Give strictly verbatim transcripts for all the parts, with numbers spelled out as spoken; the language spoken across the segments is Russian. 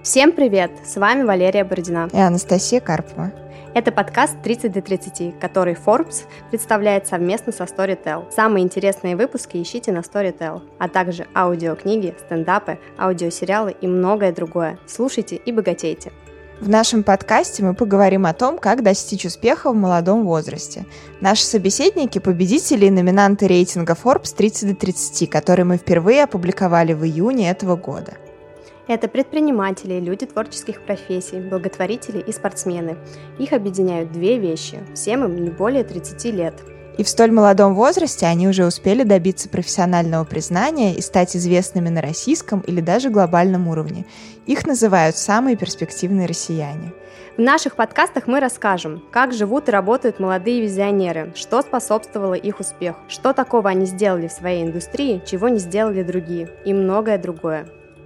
Всем привет! С вами Валерия Бородина и Анастасия Карпова. Это подкаст тридцать до тридцати, который Forbes представляет совместно со Storytel. Самые интересные выпуски ищите на Storytel, а также аудиокниги, стендапы, аудиосериалы и многое другое. Слушайте и богатейте. В нашем подкасте мы поговорим о том, как достичь успеха в молодом возрасте. Наши собеседники – победители и номинанты рейтинга Forbes тридцать до тридцати, который мы впервые опубликовали в июне этого года. Это предприниматели, люди творческих профессий, благотворители и спортсмены. Их объединяют две вещи. Всем им не более тридцати лет. И в столь молодом возрасте они уже успели добиться профессионального признания и стать известными на российском или даже глобальном уровне. Их называют самые перспективные россияне. В наших подкастах мы расскажем, как живут и работают молодые визионеры, что способствовало их успеху, что такого они сделали в своей индустрии, чего не сделали другие, и многое другое.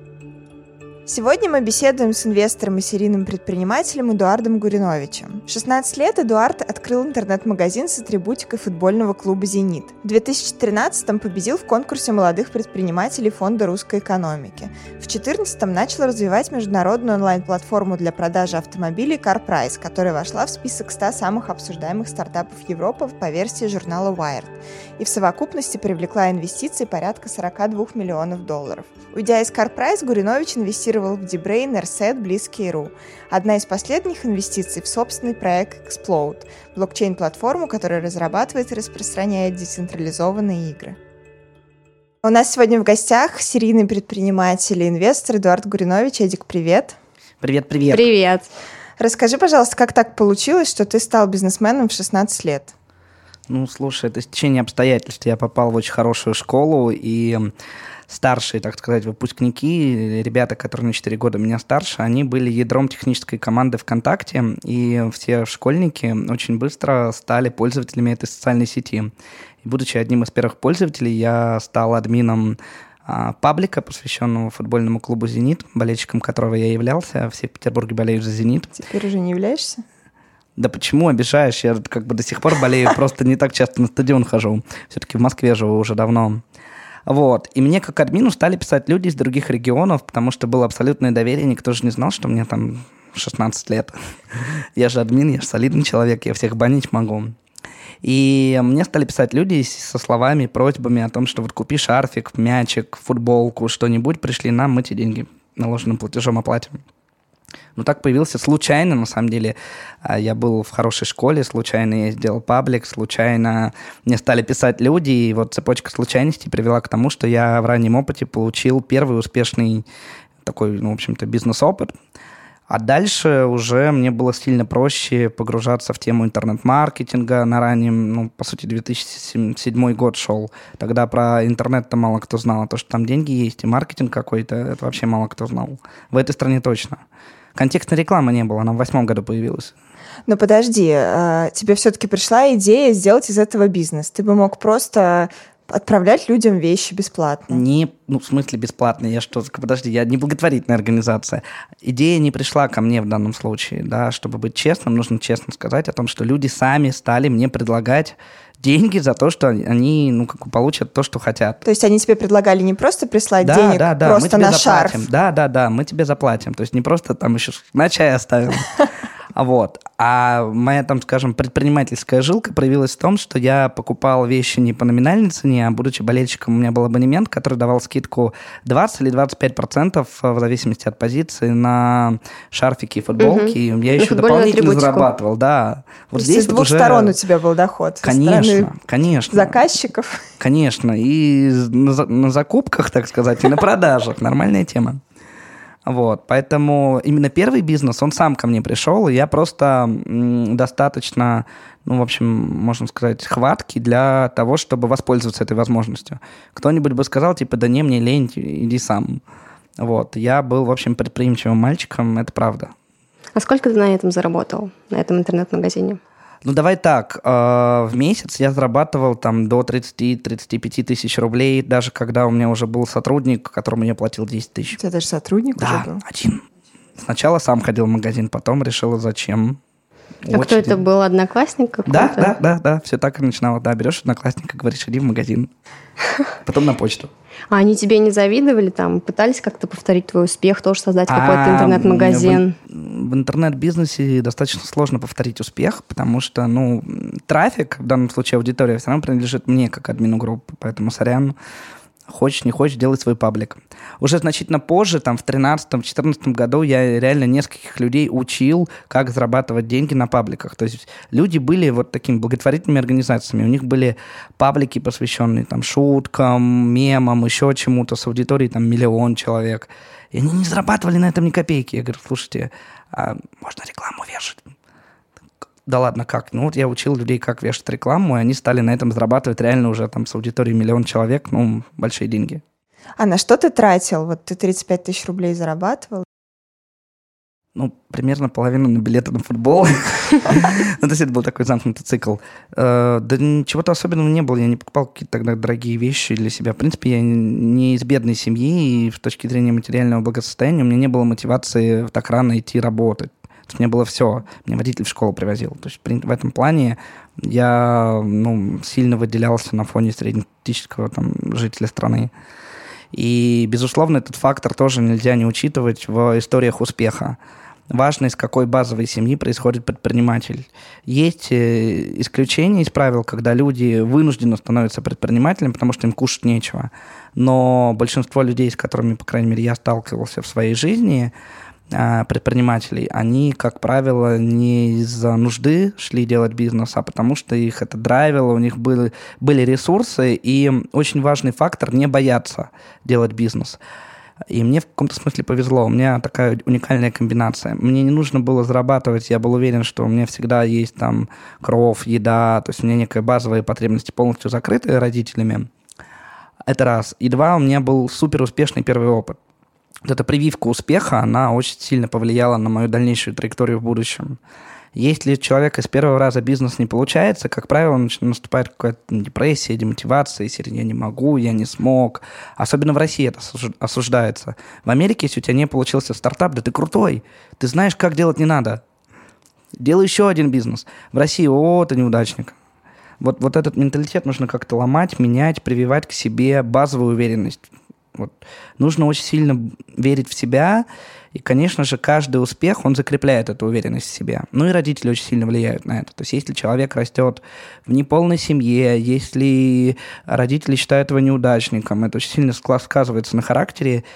Сегодня мы беседуем с инвестором и серийным предпринимателем Эдуардом Гуриновичем. В шестнадцать лет Эдуард открыл интернет-магазин с атрибутикой футбольного клуба «Зенит». В две тысячи тринадцатом победил в конкурсе молодых предпринимателей Фонда русской экономики. В две тысячи четырнадцатом начал развивать международную онлайн-платформу для продажи автомобилей CarPrice, которая вошла в список ста самых обсуждаемых стартапов Европы по версии журнала Wired. И в совокупности привлекла инвестиции порядка сорок два миллионов долларов. Уйдя из CarPrice, Гуринович инвестировал в Dbrain, Airset, Bliss точка ру. Одна из последних инвестиций в собственный проект Explode, блокчейн-платформу, которая разрабатывает и распространяет децентрализованные игры. У нас сегодня в гостях серийный предприниматель и инвестор Эдуард Гуринович. Эдик, привет. Привет-привет. Привет. Расскажи, пожалуйста, как так получилось, что ты стал бизнесменом в шестнадцать лет? Ну, слушай, это стечение обстоятельств. Я попал в очень хорошую школу, и старшие, так сказать, выпускники, ребята, которые на четыре года меня старше, они были ядром технической команды ВКонтакте, и все школьники очень быстро стали пользователями этой социальной сети. И будучи одним из первых пользователей, я стал админом а, паблика, посвященного футбольному клубу «Зенит», болельщиком которого я являлся. Все в Петербурге болеют за «Зенит». Теперь уже не являешься? Да почему обижаешь? Я как бы до сих пор болею, просто не так часто на стадион хожу. Все-таки в Москве живу уже давно. Вот. И мне как админу стали писать люди из других регионов, потому что было абсолютное доверие, никто же не знал, что мне там шестнадцать лет. Я же админ, я же солидный человек, я всех банить могу. И мне стали писать люди со словами, просьбами о том, что вот купи шарфик, мячик, футболку, что-нибудь, пришли нам, мы эти деньги наложенным платежом оплатим. Ну, так появился случайно, на самом деле. Я был в хорошей школе, случайно я сделал паблик, случайно мне стали писать люди, и вот цепочка случайностей привела к тому, что я в раннем опыте получил первый успешный такой, ну, в общем-то, бизнес-опыт. А дальше уже мне было сильно проще погружаться в тему интернет-маркетинга на раннем, ну, по сути, две тысячи седьмой год шел. Тогда про интернет-то мало кто знал, а то, что там деньги есть и маркетинг какой-то, это вообще мало кто знал. В этой стране точно. Контекстной рекламы не было, она в восьмом году появилась. Но подожди, тебе все-таки пришла идея сделать из этого бизнес. Ты бы мог просто отправлять людям вещи бесплатно. Не, ну, в смысле бесплатно, я что, подожди, я не благотворительная организация. Идея не пришла ко мне в данном случае, да, чтобы быть честным, нужно честно сказать о том, что люди сами стали мне предлагать деньги за то, что они, ну, как бы получат то, что хотят. То есть они тебе предлагали не просто прислать да, денег, да, да, просто на заплатим. шарф? Да, да, да, мы тебе заплатим. То есть не просто там еще на чай оставим. Вот. А моя, там, скажем, предпринимательская жилка проявилась в том, что я покупал вещи не по номинальной цене, а будучи болельщиком, у меня был абонемент, который давал скидку двадцать или двадцать пять процентов в зависимости от позиции на шарфики и футболки. Угу. Я еще дополнительно атрибутику зарабатывал. Да. Вот здесь с двух уже... сторон у тебя был доход. Конечно, конечно. Заказчиков. Конечно. И на, на закупках, так сказать, и на продажах. Нормальная тема. Вот, поэтому именно первый бизнес, он сам ко мне пришел, и я просто м, достаточно, ну, в общем, можно сказать, хваткий для того, чтобы воспользоваться этой возможностью. Кто-нибудь бы сказал, типа, да не, мне лень, иди сам. Вот, я был, в общем, предприимчивым мальчиком, это правда. А сколько ты на этом заработал, на этом интернет-магазине? Ну, давай так, э, в месяц я зарабатывал там до тридцати-тридцати пяти тысяч рублей, даже когда у меня уже был сотрудник, которому я платил десять тысяч. У тебя даже сотрудник да, уже был? Да, один. Сначала сам ходил в магазин, потом решила, зачем. А кто это был, одноклассник какой-то? Да, да, да, да, все так и начинало. Да, берешь одноклассника, говоришь, иди в магазин, потом на почту. А они тебе не завидовали, там, пытались как-то повторить твой успех, тоже создать какой-то интернет-магазин? В, в интернет-бизнесе достаточно сложно повторить успех, потому что, ну, трафик, в данном случае аудитория, все равно принадлежит мне, как админу группы, поэтому, сорян, хочешь, не хочешь, делай свой паблик. Уже значительно позже, там, в тринадцатом-четырнадцатом году я реально нескольких людей учил, как зарабатывать деньги на пабликах. То есть люди были вот такими благотворительными организациями. У них были паблики, посвященные там шуткам, мемам, еще чему-то, с аудиторией там миллион человек. И они не зарабатывали на этом ни копейки. Я говорю, слушайте, а можно рекламу вешать? Да ладно, как? Ну вот я учил людей, как вешать рекламу, и они стали на этом зарабатывать реально уже там с аудиторией миллион человек, ну, большие деньги. А на что ты тратил? Вот ты тридцать пять тысяч рублей зарабатывал? Ну, примерно половину на билеты на футбол. Ну, то есть это был такой замкнутый цикл. Да ничего-то особенного не было. Я не покупал какие-то тогда дорогие вещи для себя. В принципе, я не из бедной семьи, и с точки зрения материального благосостояния у меня не было мотивации так рано идти работать. То есть мне было все. Меня водитель в школу привозил. То есть в этом плане я, ну, сильно выделялся на фоне среднестатистического там жителя страны. И, безусловно, этот фактор тоже нельзя не учитывать в историях успеха. Важно, из какой базовой семьи происходит предприниматель. Есть исключения из правил, когда люди вынужденно становятся предпринимателем, потому что им кушать нечего. Но большинство людей, с которыми, по крайней мере, я сталкивался в своей жизни, предпринимателей, они, как правило, не из-за нужды шли делать бизнес, а потому что их это драйвило, у них были, были ресурсы, и очень важный фактор — не бояться делать бизнес. И мне в каком-то смысле повезло. У меня такая уникальная комбинация. Мне не нужно было зарабатывать, я был уверен, что у меня всегда есть там кров, еда, то есть у меня некие базовые потребности полностью закрыты родителями. Это раз. И два, у меня был супер успешный первый опыт. Вот эта прививка успеха, она очень сильно повлияла на мою дальнейшую траекторию в будущем. Если у человека с первого раза бизнес не получается, как правило, наступает какая-то депрессия, демотивация, если я не могу, я не смог. Особенно в России это осуждается. В Америке, если у тебя не получился стартап, да ты крутой, ты знаешь, как делать не надо. Делай еще один бизнес. В России, о, ты неудачник. Вот, вот этот менталитет нужно как-то ломать, менять, прививать к себе базовую уверенность. Вот. Нужно очень сильно верить в себя, и, конечно же, каждый успех, он закрепляет эту уверенность в себе. Ну и родители очень сильно влияют на это. То есть если человек растет в неполной семье, если родители считают его неудачником, это очень сильно сказывается на характере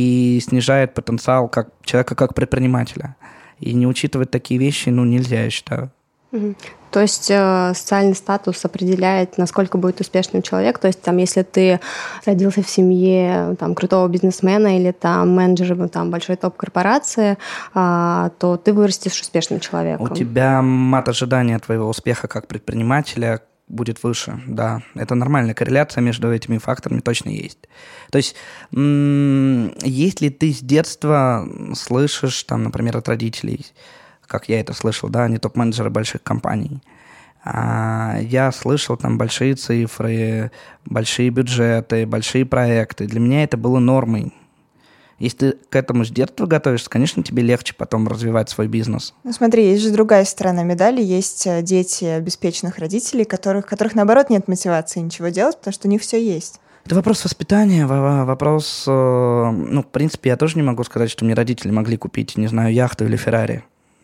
и снижает потенциал как человека как предпринимателя. И не учитывать такие вещи, ну, нельзя, я считаю. Угу. То есть э, социальный статус определяет, насколько будет успешным человек. То есть там, если ты родился в семье там, крутого бизнесмена или там менеджера там, большой топ-корпорации, э, то ты вырастешь успешным человеком. У тебя мат ожидания твоего успеха как предпринимателя будет выше, да. Это нормальная корреляция между этими факторами точно есть. То есть, м- если ты с детства слышишь, там, например, от родителей, как я это слышал, да, они топ-менеджеры больших компаний. А я слышал там большие цифры, большие бюджеты, большие проекты. Для меня это было нормой. Если ты к этому с детства готовишься, конечно, тебе легче потом развивать свой бизнес. Ну смотри, есть же другая сторона медали. Есть дети обеспеченных родителей, которых, которых, наоборот, нет мотивации ничего делать, потому что у них все есть. Это вопрос воспитания, вопрос... Ну, в принципе, я тоже не могу сказать, что мне родители могли купить, не знаю, яхту или Феррари.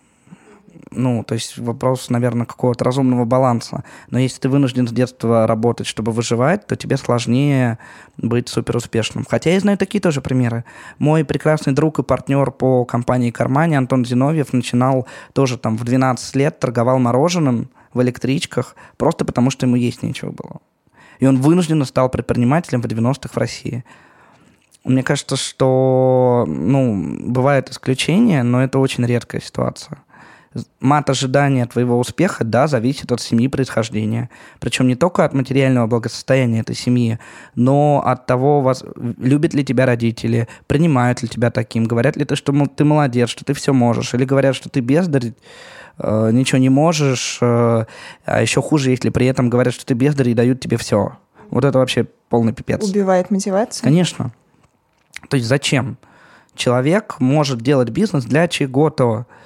Ну, то есть вопрос, наверное, какого-то разумного баланса. Но если ты вынужден с детства работать, чтобы выживать, то тебе сложнее быть суперуспешным. Хотя я знаю такие тоже примеры. Мой прекрасный друг и партнер по компании «Кармани» Антон Зиновьев начинал тоже там в двенадцать лет, торговал мороженым в электричках, просто потому что ему есть нечего было. И он вынужденно стал предпринимателем в девяностых в России. Мне кажется, что, ну, бывают исключения, но это очень редкая ситуация. Мат ожидания твоего успеха, да, зависит от семьи происхождения. Причем не только от материального благосостояния этой семьи, но от того, вас, любят ли тебя родители, принимают ли тебя таким, говорят ли ты, что ты молодец, что ты все можешь, или говорят, что ты бездарь, э, ничего не можешь, э, а еще хуже, если при этом говорят, что ты бездарь и дают тебе все. Вот это вообще полный пипец. Убивает мотивацию? Конечно. То есть зачем? Человек может делать бизнес для чего-то.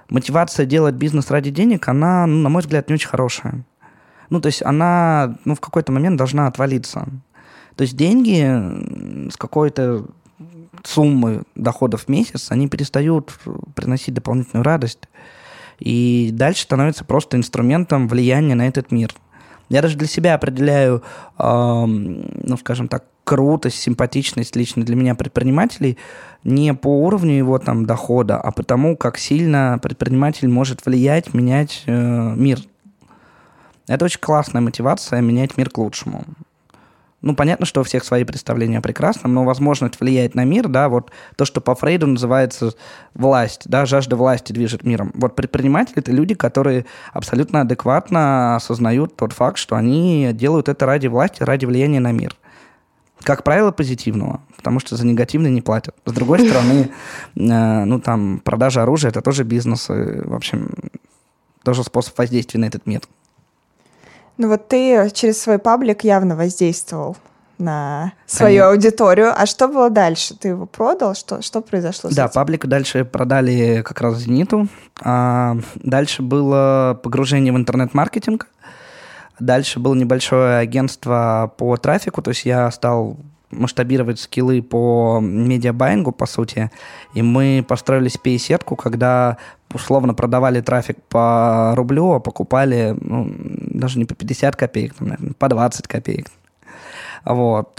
мотивация делать бизнес ради денег, она, ну, на мой взгляд, не очень хорошая. Ну, то есть она, ну, в какой-то момент должна отвалиться. То есть деньги с какой-то суммы доходов в месяц, они перестают приносить дополнительную радость. И дальше становится просто инструментом влияния на этот мир. Я даже для себя определяю, э, ну, скажем так, крутость, симпатичность лично для меня предпринимателей не по уровню его там дохода, а потому, как сильно предприниматель может влиять, менять э, мир. Это очень классная мотивация менять мир к лучшему. Ну, понятно, что у всех свои представления о прекрасном, но возможность влиять на мир, да, вот то, что по Фрейду называется власть, да, жажда власти движет миром. Вот предприниматели – это люди, которые абсолютно адекватно осознают тот факт, что они делают это ради власти, ради влияния на мир. Как правило, позитивного, потому что за негативный не платят. С другой стороны, ну, там, продажа оружия – это тоже бизнес, и, в общем, тоже способ воздействия на этот мир. Ну вот ты через свой паблик явно воздействовал на свою Конечно. аудиторию. А что было дальше? Ты его продал? Что, что произошло с Да, этим? паблик дальше продали как раз «Зениту». А дальше было погружение в интернет-маркетинг. Дальше было небольшое агентство по трафику. То есть я стал масштабировать скиллы по медиабайингу, по сути. И мы построили си пи эй-сетку, когда условно продавали трафик по рублю, а покупали, ну, даже не по пятьдесят копеек, наверное, по двадцать копеек. Вот.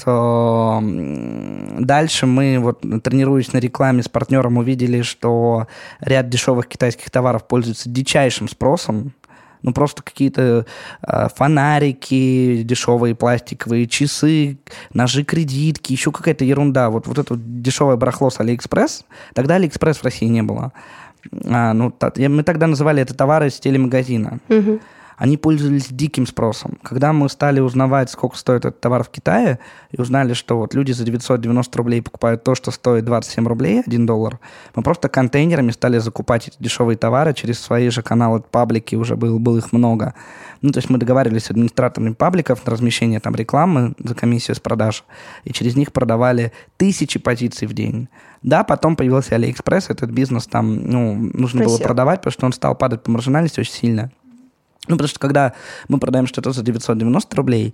Дальше мы, вот, тренируясь на рекламе с партнером, увидели, что ряд дешевых китайских товаров пользуется дичайшим спросом. Ну, просто какие-то э, фонарики, дешевые пластиковые, часы, ножи-кредитки, еще какая-то ерунда. Вот, вот это вот дешевое барахло с Алиэкспресс. Тогда Алиэкспресс в России не было. А, ну, та, мы тогда называли это товары из телемагазина. Угу. Они пользовались диким спросом. Когда мы стали узнавать, сколько стоит этот товар в Китае, и узнали, что вот люди за девятьсот девяносто рублей покупают то, что стоит двадцать семь рублей, один доллар, мы просто контейнерами стали закупать эти дешевые товары через свои же каналы, паблики, уже был, было их много. Ну, то есть мы договаривались с администраторами пабликов на размещение там рекламы за комиссию с продаж, и через них продавали тысячи позиций в день. Да, потом появился Алиэкспресс, этот бизнес там, ну, нужно Просил. было продавать, потому что он стал падать по маржинальности очень сильно. Ну, потому что когда мы продаем что-то за девятьсот девяносто рублей,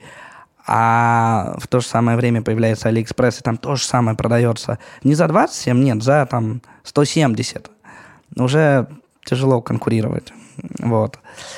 а в то же самое время появляется Алиэкспресс, и там то же самое продается не за двадцать семь, нет, за там сто семьдесят. Уже тяжело конкурировать. Вот.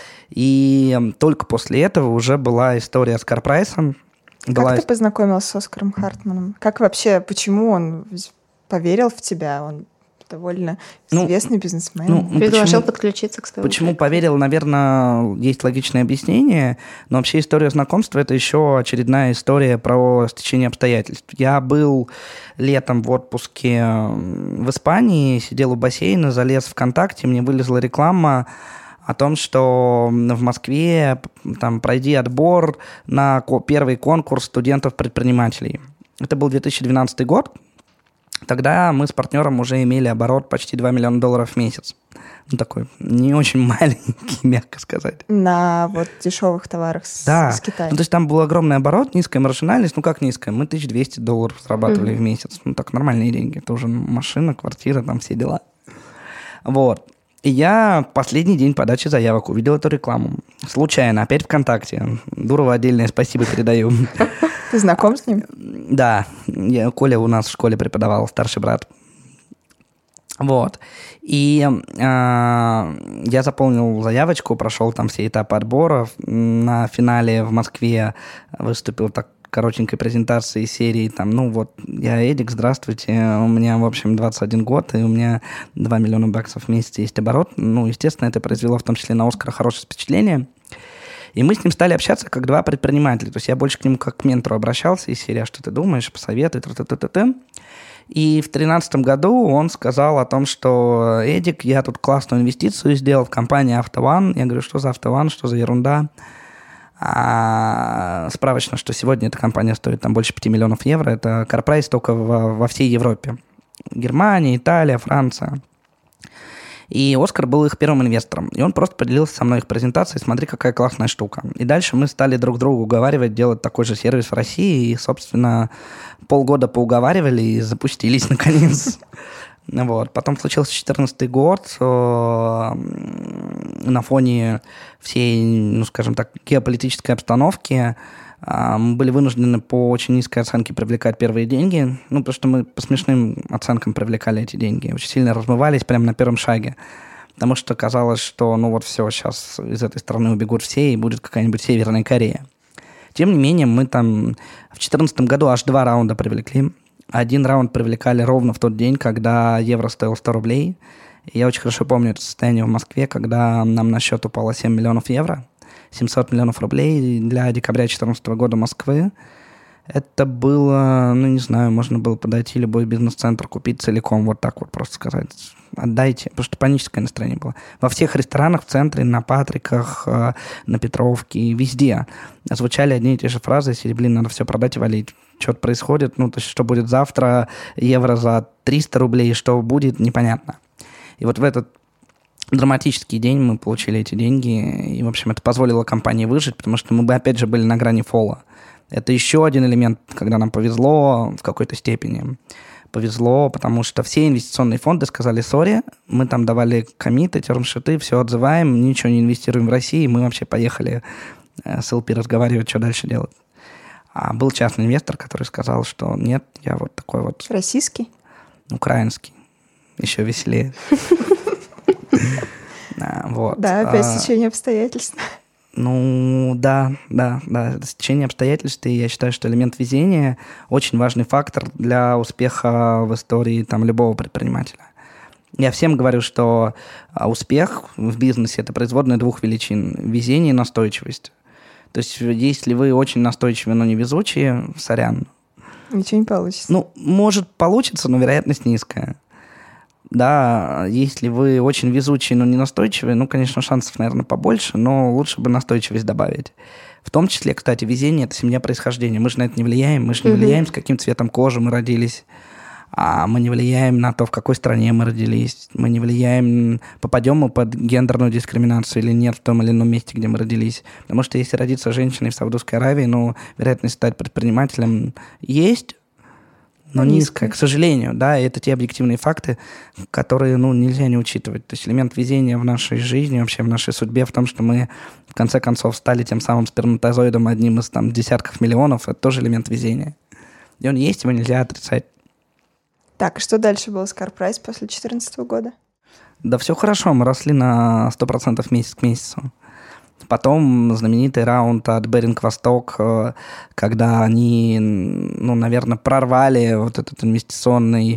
И только после этого уже была история с Карпрайсом. Как была... ты познакомился с Оскаром Хартманом? Как вообще, почему он поверил в тебя? Он довольно известный ну, бизнесмен. Ну, Предложил почему, подключиться к своему Почему проекту. поверил, наверное, есть логичное объяснение, но вообще история знакомства – это еще очередная история про стечение обстоятельств. Я был летом в отпуске в Испании, сидел у бассейна, залез ВКонтакте, мне вылезла реклама о том, что в Москве там, пройди отбор на первый конкурс студентов-предпринимателей. Это был две тысячи двенадцатый год. Тогда мы с партнером уже имели оборот почти два миллиона долларов в месяц. Ну, такой не очень маленький, мягко сказать. На вот дешевых товарах с, да. с Китая. Ну, то есть там был огромный оборот, низкая маржинальность. Ну, как низкая? Мы тысяча двести долларов зарабатывали mm-hmm. в месяц. Ну, так, нормальные деньги. Это уже машина, квартира, там все дела. Вот. И я в последний день подачи заявок увидел эту рекламу. Случайно, опять ВКонтакте. Дурову отдельное спасибо передаю. Ты знаком с ним? Да. Я, Коля у нас в школе преподавал, старший брат. Вот. И э, я заполнил заявочку, прошел там все этапы отбора. На финале в Москве выступил так коротенькой презентации серии, там, ну вот, я Эдик, здравствуйте, у меня, в общем, двадцать один год, и у меня два миллиона баксов в месяц есть оборот. Ну, естественно, это произвело в том числе на Оскара хорошее впечатление. И мы с ним стали общаться как два предпринимателя. То есть я больше к нему как к ментору обращался из серии, а что ты думаешь, посоветуй, т-т-т-т-т. И в тринадцатом году он сказал о том, что Эдик, я тут классную инвестицию сделал в компанию АвтоВАН. Я говорю, что за АвтоВАН, что за ерунда? А, справочно, что сегодня эта компания стоит там больше пяти миллионов евро. Это Карпрайс только во, во всей Европе. Германия, Италия, Франция. И Оскар был их первым инвестором. И он просто поделился со мной их презентацией. Смотри, какая классная штука. И дальше мы стали друг другу уговаривать делать такой же сервис в России. И, собственно, полгода поуговаривали и запустились наконец. Вот. Потом случился две тысячи четырнадцатый год. На фоне всей, ну, скажем так, геополитической обстановки мы были вынуждены по очень низкой оценке привлекать первые деньги. Ну, потому что мы по смешным оценкам привлекали эти деньги. Очень сильно размывались прямо на первом шаге. Потому что казалось, что ну вот все, сейчас из этой страны убегут все, и будет какая-нибудь Северная Корея. Тем не менее, мы там в две тысячи четырнадцатом году аж два раунда привлекли. Один раунд привлекали ровно в тот день, когда евро стоил сто рублей. И я очень хорошо помню это состояние в Москве, когда нам на счет упало семь миллионов евро. семьсот миллионов рублей для декабря две тысячи четырнадцатого года Москвы. Это было, ну, не знаю, можно было подойти любой бизнес-центр, купить целиком, вот так вот просто сказать, отдайте, потому что паническое настроение было. Во всех ресторанах в центре, на Патриках, на Петровке, везде звучали одни и те же фразы, если, блин, надо все продать и валить. Что-то происходит, ну, то есть, что будет завтра, евро за триста рублей, что будет, непонятно. И вот в этот драматический день мы получили эти деньги, и, в общем, это позволило компании выжить, потому что мы бы, опять же, были на грани фола. Это еще один элемент, когда нам повезло в какой-то степени. Повезло, потому что все инвестиционные фонды сказали, сори, мы там давали коммиты, термшиты, все отзываем, ничего не инвестируем в России, мы вообще поехали с эл пи разговаривать, что дальше делать. А был частный инвестор, который сказал, что нет, я вот такой вот... Российский? Украинский. Еще веселее. Да, опять стечение обстоятельств. Ну, да, да, да, это стечение обстоятельств, и я считаю, что элемент везения очень важный фактор для успеха в истории там, любого предпринимателя. Я всем говорю, что успех в бизнесе – это производная двух величин – везение и настойчивость. То есть, если вы очень настойчивы, но не везучие, сорян. Ничего не получится. Ну, может, получится, но вероятность низкая. Да, если вы очень везучие, но не настойчивые, ну, конечно, шансов, наверное, побольше, но лучше бы настойчивость добавить. В том числе, кстати, везение – это семья происхождения. Мы же на это не влияем, мы же не влияем, с каким цветом кожи мы родились, а мы не влияем на то, в какой стране мы родились, мы не влияем, попадем мы под гендерную дискриминацию или нет в том или ином месте, где мы родились. Потому что если родиться женщиной в Саудовской Аравии, ну, вероятность стать предпринимателем есть, но низкая, к сожалению, да, и это те объективные факты, которые, ну, нельзя не учитывать. То есть элемент везения в нашей жизни, вообще в нашей судьбе в том, что мы, в конце концов, стали тем самым сперматозоидом, одним из, там, десятков миллионов, это тоже элемент везения. И он есть, его нельзя отрицать. Так, и что дальше было с CarPrice после две тысячи четырнадцатого года? Да все хорошо, мы росли на сто процентов месяц к месяцу. Потом знаменитый раунд от Беринг Восток, когда они, ну, наверное, прорвали вот этот инвестиционный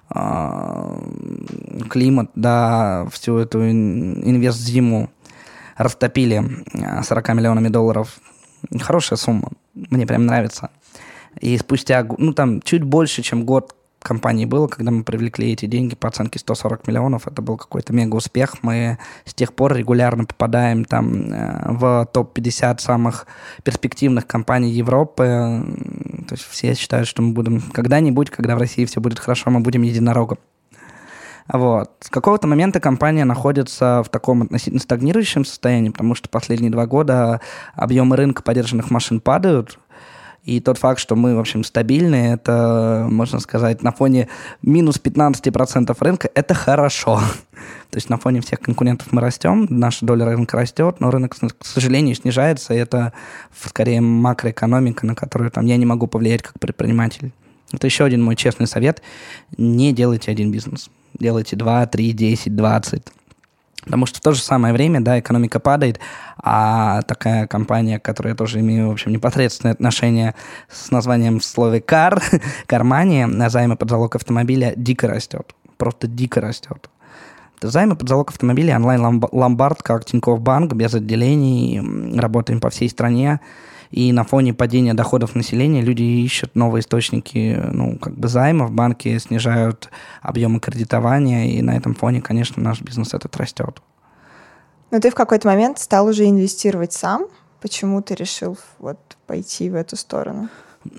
э, климат, да, всю эту инвест-зиму, растопили сорок миллионами долларов. Хорошая сумма, мне прям нравится. И спустя, ну, там, чуть больше, чем год компании было, когда мы привлекли эти деньги по оценке сто сорок миллионов. Это был какой-то мега-успех. Мы с тех пор регулярно попадаем там в топ пятьдесят самых перспективных компаний Европы. То есть все считают, что мы будем когда-нибудь, когда в России все будет хорошо, мы будем единорогом. Вот. С какого-то момента компания находится в таком относительно стагнирующем состоянии, потому что последние два года объемы рынка подержанных машин падают. И тот факт, что мы, в общем, стабильны, это, можно сказать, на фоне минус пятнадцать процентов рынка, это хорошо. То есть на фоне всех конкурентов мы растем, наша доля рынка растет, но рынок, к сожалению, снижается, и это скорее макроэкономика, на которую там, я не могу повлиять как предприниматель. Это еще один мой честный совет. Не делайте один бизнес. Делайте два, три, десять, двадцать. Потому что в то же самое время, да, экономика падает, а такая компания, к которой я тоже имею, в общем, непосредственное отношение с названием в слове «кар», «кармания», на займы под залог автомобиля дико растет. Просто дико растет. Это займы под залог автомобиля, онлайн-ломбард, как Тинькофф Банк, без отделений, работаем по всей стране. И на фоне падения доходов населения люди ищут новые источники, ну, как бы займов, банки снижают объемы кредитования, и на этом фоне, конечно, наш бизнес этот растет. Но ты в какой-то момент стал уже инвестировать сам. Почему ты решил вот пойти в эту сторону?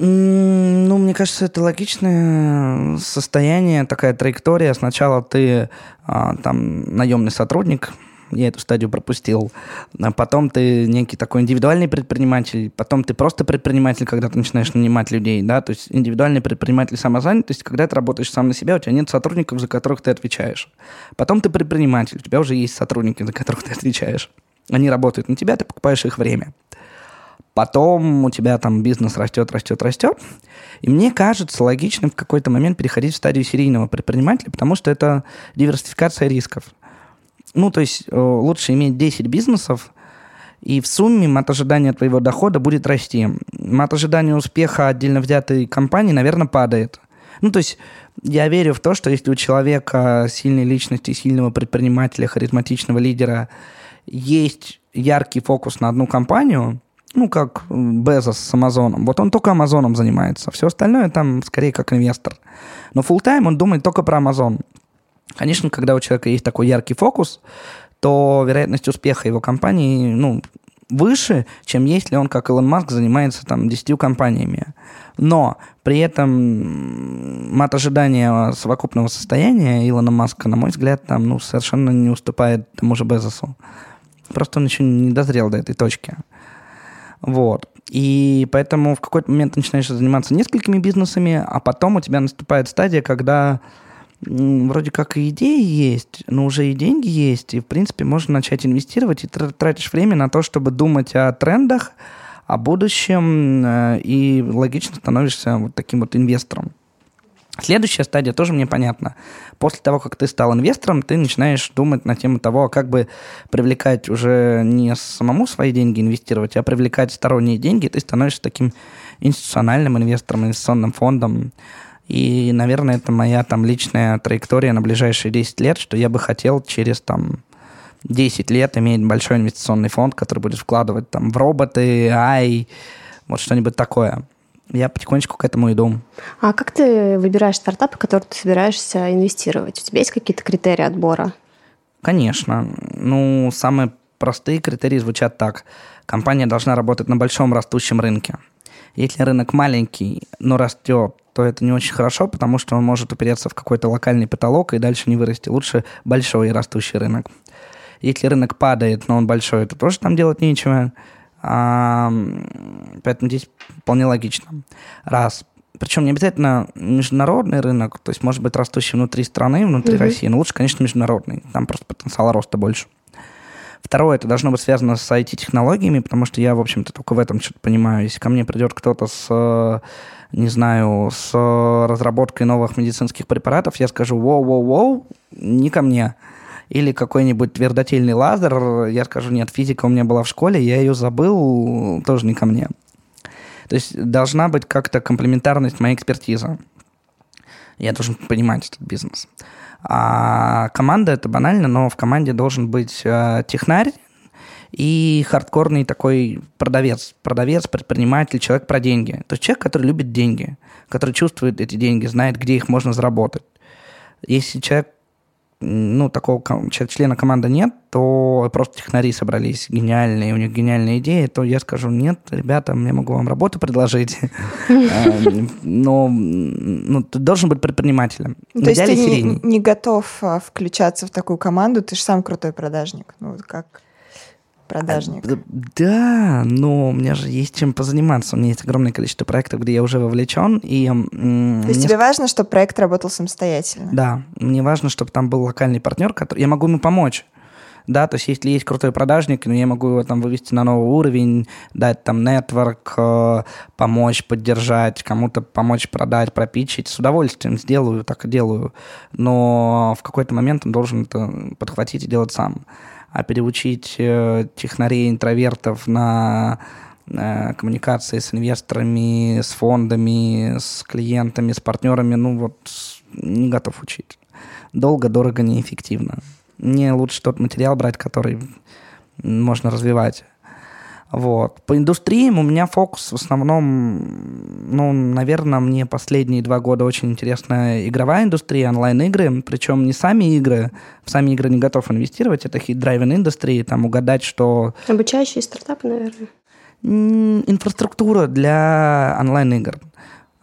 Ну, мне кажется, это логичное состояние, такая траектория. Сначала ты а, там наемный сотрудник, я эту стадию пропустил. А потом ты некий такой индивидуальный предприниматель, потом ты просто предприниматель, когда ты начинаешь нанимать людей, да, то есть индивидуальный предприниматель самозанятость, когда ты работаешь сам на себя, у тебя нет сотрудников, за которых ты отвечаешь. Потом ты предприниматель, у тебя уже есть сотрудники, за которых ты отвечаешь. Они работают на тебя, ты покупаешь их время. Потом у тебя там бизнес растет, растет, растет. И мне кажется логичным в какой-то момент переходить в стадию серийного предпринимателя, потому что это диверсификация рисков. Ну, то есть лучше иметь десять бизнесов, и в сумме мат ожидания твоего дохода будет расти. Мат ожидания успеха отдельно взятой компании, наверное, падает. Ну, то есть я верю в то, что если у человека сильной личности, сильного предпринимателя, харизматичного лидера есть яркий фокус на одну компанию, ну, как Безос с Амазоном. Вот он только Амазоном занимается. Все остальное там скорее как инвестор. Но фулл-тайм он думает только про Амазон. Конечно, когда у человека есть такой яркий фокус, то вероятность успеха его компании, ну, выше, чем если он, как Илон Маск, занимается там десятью компаниями. Но при этом мат ожидания совокупного состояния Илона Маска, на мой взгляд, там, ну, совершенно не уступает тому же Безосу. Просто он еще не дозрел до этой точки. Вот. И поэтому в какой-то момент ты начинаешь заниматься несколькими бизнесами, а потом у тебя наступает стадия, когда м, вроде как и идеи есть, но уже и деньги есть, и, в принципе, можно начать инвестировать, и ты тратишь время на то, чтобы думать о трендах, о будущем, э, и логично становишься вот таким вот инвестором. Следующая стадия тоже мне понятна. После того, как ты стал инвестором, ты начинаешь думать на тему того, как бы привлекать уже не самому свои деньги инвестировать, а привлекать сторонние деньги. Ты становишься таким институциональным инвестором, инвестиционным фондом. И, наверное, это моя там личная траектория на ближайшие десять лет, что я бы хотел через там десять лет иметь большой инвестиционный фонд, который будет вкладывать там в роботы, эй ай, вот что-нибудь такое. Я потихонечку к этому иду. А как ты выбираешь стартапы, в которые ты собираешься инвестировать? У тебя есть какие-то критерии отбора? Конечно. Ну, самые простые критерии звучат так. Компания должна работать на большом растущем рынке. Если рынок маленький, но растет, то это не очень хорошо, потому что он может упереться в какой-то локальный потолок и дальше не вырасти. Лучше большой и растущий рынок. Если рынок падает, но он большой, то тоже там делать нечего. А, поэтому здесь вполне логично. Раз. Причем не обязательно международный рынок, то есть может быть растущий внутри страны, внутри mm-hmm. России, но лучше, конечно, международный. Там просто потенциал роста больше. Второе, это должно быть связано с ай ти-технологиями, потому что я, в общем-то, только в этом что-то понимаю. Если ко мне придет кто-то с, не знаю, с разработкой новых медицинских препаратов, я скажу «воу-воу-воу», не ко мне. Или какой-нибудь твердотельный лазер, я скажу, нет, физика у меня была в школе, я ее забыл, тоже не ко мне. То есть должна быть как-то комплементарность моей экспертизы. Я должен понимать этот бизнес. А команда, это банально, но в команде должен быть э, технарь и хардкорный такой продавец. Продавец, предприниматель, человек про деньги. То есть человек, который любит деньги, который чувствует эти деньги, знает, где их можно заработать. Если человек ну, такого члена команды нет, то просто технари собрались гениальные, у них гениальные идеи, то я скажу, нет, ребята, я могу вам работу предложить, но ты должен быть предпринимателем. То есть ты не готов включаться в такую команду, ты же сам крутой продажник, ну, как... продажник. А, да, но у меня же есть чем позаниматься. У меня есть огромное количество проектов, где я уже вовлечен. И, м- То есть мне... тебе важно, чтобы проект работал самостоятельно? Да, мне важно, чтобы там был локальный партнер, который... я могу ему помочь. Да, то есть если есть крутой продажник, но я могу его там вывести на новый уровень, дать там нетворк, помочь, поддержать, кому-то помочь продать, пропичить. С удовольствием сделаю, так и делаю. Но в какой-то момент он должен это подхватить и делать сам. А переучить э, технарей, интровертов на э, коммуникации с инвесторами, с фондами, с клиентами, с партнерами, ну вот не готов учить. Долго, дорого, неэффективно. Мне лучше тот материал брать, который можно развивать. Вот. По индустриям у меня фокус в основном, ну, наверное, мне последние два года очень интересна игровая индустрия, онлайн-игры, причем не сами игры, в сами игры не готов инвестировать, это hit-driven индустрии, там угадать, что... Обучающие стартапы, наверное. Инфраструктура для онлайн-игр.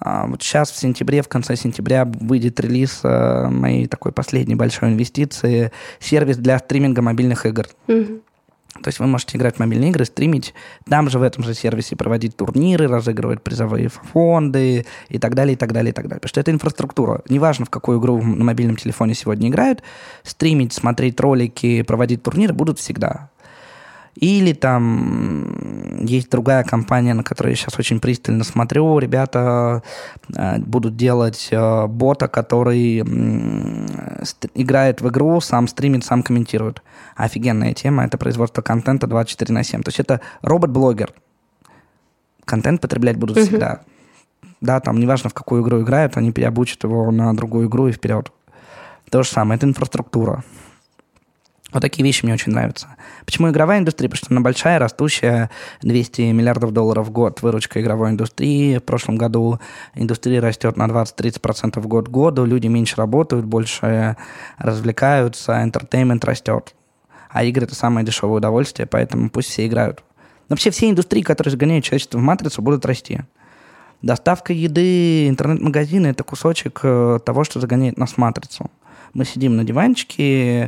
А, вот сейчас в сентябре, в конце сентября выйдет релиз а, моей такой последней большой инвестиции, сервис для стриминга мобильных игр. Mm-hmm. То есть вы можете играть в мобильные игры, стримить, там же в этом же сервисе проводить турниры, разыгрывать призовые фонды и так далее, и так далее, и так далее. Потому что это инфраструктура. Неважно, в какую игру на мобильном телефоне сегодня играют, стримить, смотреть ролики, проводить турниры будут всегда. Или там есть другая компания, на которую я сейчас очень пристально смотрю. Ребята э, будут делать э, бота, который э, играет в игру, сам стримит, сам комментирует. Офигенная тема. Это производство контента двадцать четыре на семь. То есть это робот-блогер. Контент потреблять будут uh-huh. всегда. Да, там неважно, в какую игру играют, они переобучат его на другую игру и вперед. То же самое. Это инфраструктура. Вот такие вещи мне очень нравятся. Почему игровая индустрия? Потому что она большая, растущая, двести миллиардов долларов в год выручка игровой индустрии. В прошлом году индустрия растет на двадцать-тридцать процентов в год к году, люди меньше работают, больше развлекаются, энтертеймент растет. А игры – это самое дешевое удовольствие, поэтому пусть все играют. Но вообще все индустрии, которые загоняют человечество в матрицу, будут расти. Доставка еды, интернет-магазины – это кусочек того, что загоняет нас в матрицу. Мы сидим на диванчике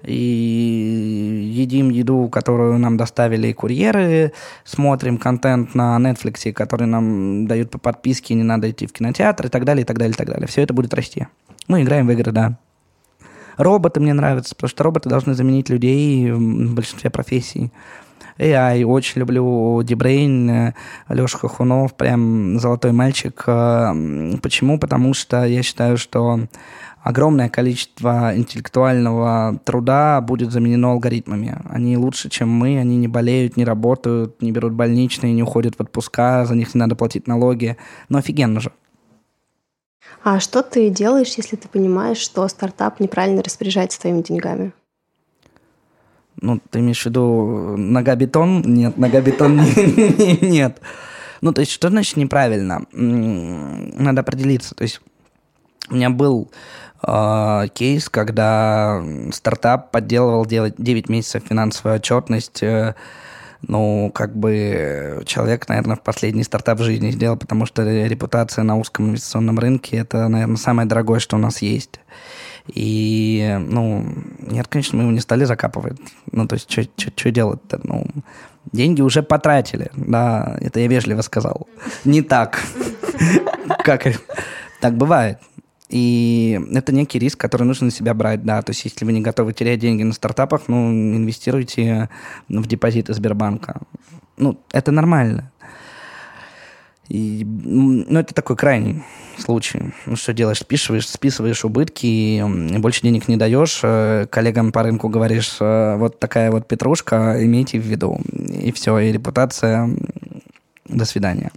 и едим еду, которую нам доставили курьеры, смотрим контент на Netflix, который нам дают по подписке, не надо идти в кинотеатр и так далее, и так далее, и так далее. Все это будет расти. Мы играем в игры, да. Роботы мне нравятся, потому что роботы должны заменить людей в большинстве профессий. эй ай, очень люблю Дибрейн, Леша Хохунов, прям золотой мальчик. Почему? Потому что я считаю, что огромное количество интеллектуального труда будет заменено алгоритмами. Они лучше, чем мы, они не болеют, не работают, не берут больничные, не уходят в отпуска, за них не надо платить налоги. Но офигенно же. А что ты делаешь, если ты понимаешь, что стартап неправильно распоряжается твоими деньгами? Ну, ты имеешь в виду нога-бетон? Нет, нога-бетон нет. Ну, то есть, что значит неправильно? Надо определиться. То есть, у меня был э, кейс, когда стартап подделывал девять месяцев финансовую отчетность. Э, ну, как бы человек, наверное, в последний стартап в жизни сделал, потому что репутация на узком инвестиционном рынке – это, наверное, самое дорогое, что у нас есть. И, ну, нет, конечно, мы его не стали закапывать. Ну, то есть, что делать-то? Ну, деньги уже потратили, да, это я вежливо сказал. Не так. Как так бывает. И это некий риск, который нужно на себя брать, да. То есть, если вы не готовы терять деньги на стартапах, ну, инвестируйте в депозиты Сбербанка. Ну, это нормально. И, ну, это такой крайний случай. Ну, что делаешь? Списываешь, списываешь убытки, и больше денег не даешь, коллегам по рынку говоришь, вот такая вот петрушка, имейте в виду. И все, и репутация, до свидания.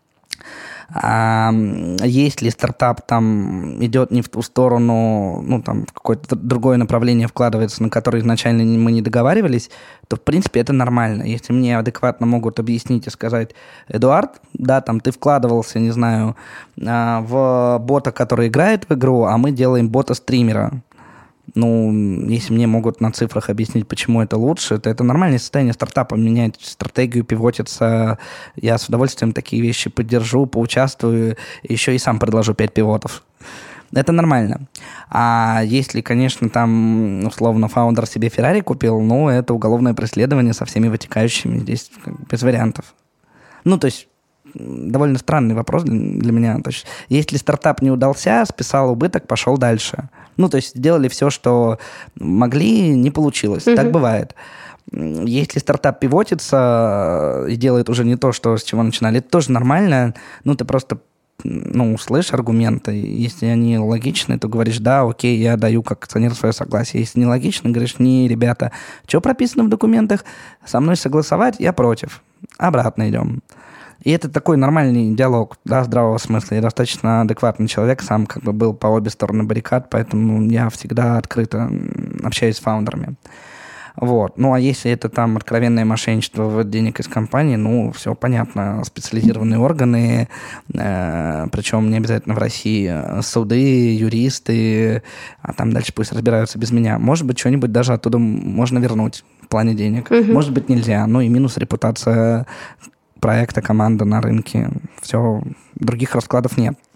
А если стартап там идет не в ту сторону, ну, там, в какое-то другое направление вкладывается, на которое изначально мы не договаривались, то, в принципе, это нормально. Если мне адекватно могут объяснить и сказать: Эдуард, да, там, ты вкладывался, не знаю, в бота, который играет в игру, а мы делаем бота-стримера. Ну, если мне могут на цифрах объяснить, почему это лучше, то это нормальное состояние стартапа, менять стратегию, пивотиться. Я с удовольствием такие вещи поддержу, поучаствую, еще и сам предложу пять пивотов. Это нормально. А если, конечно, там, условно, фаундер себе Феррари купил, ну, это уголовное преследование со всеми вытекающими. Здесь без вариантов. Ну, то есть, довольно странный вопрос для меня. То есть, если стартап не удался, списал убыток, пошел дальше. Ну, то есть, сделали все, что могли, не получилось. Mm-hmm. Так бывает. Если стартап пивотится и делает уже не то, что, с чего начинали, это тоже нормально. Ну, ты просто, ну, услышь аргументы. Если они логичны, то говоришь: да, окей, я даю как акционер свое согласие. Если не логично, говоришь: не, ребята, что прописано в документах, со мной согласовать, я против. Обратно идем. И это такой нормальный диалог, да, здравого смысла. Я достаточно адекватный человек, сам как бы был по обе стороны баррикад, поэтому я всегда открыто общаюсь с фаундерами. Вот. Ну, а если это там откровенное мошенничество, вывод денег из компании, ну, все понятно. Специализированные органы, э, причем не обязательно в России, суды, юристы, а там дальше пусть разбираются без меня. Может быть, что-нибудь даже оттуда можно вернуть в плане денег. Mm-hmm. Может быть, нельзя. Ну, и минус репутация проекта, команда на рынке. Все, других раскладов нет.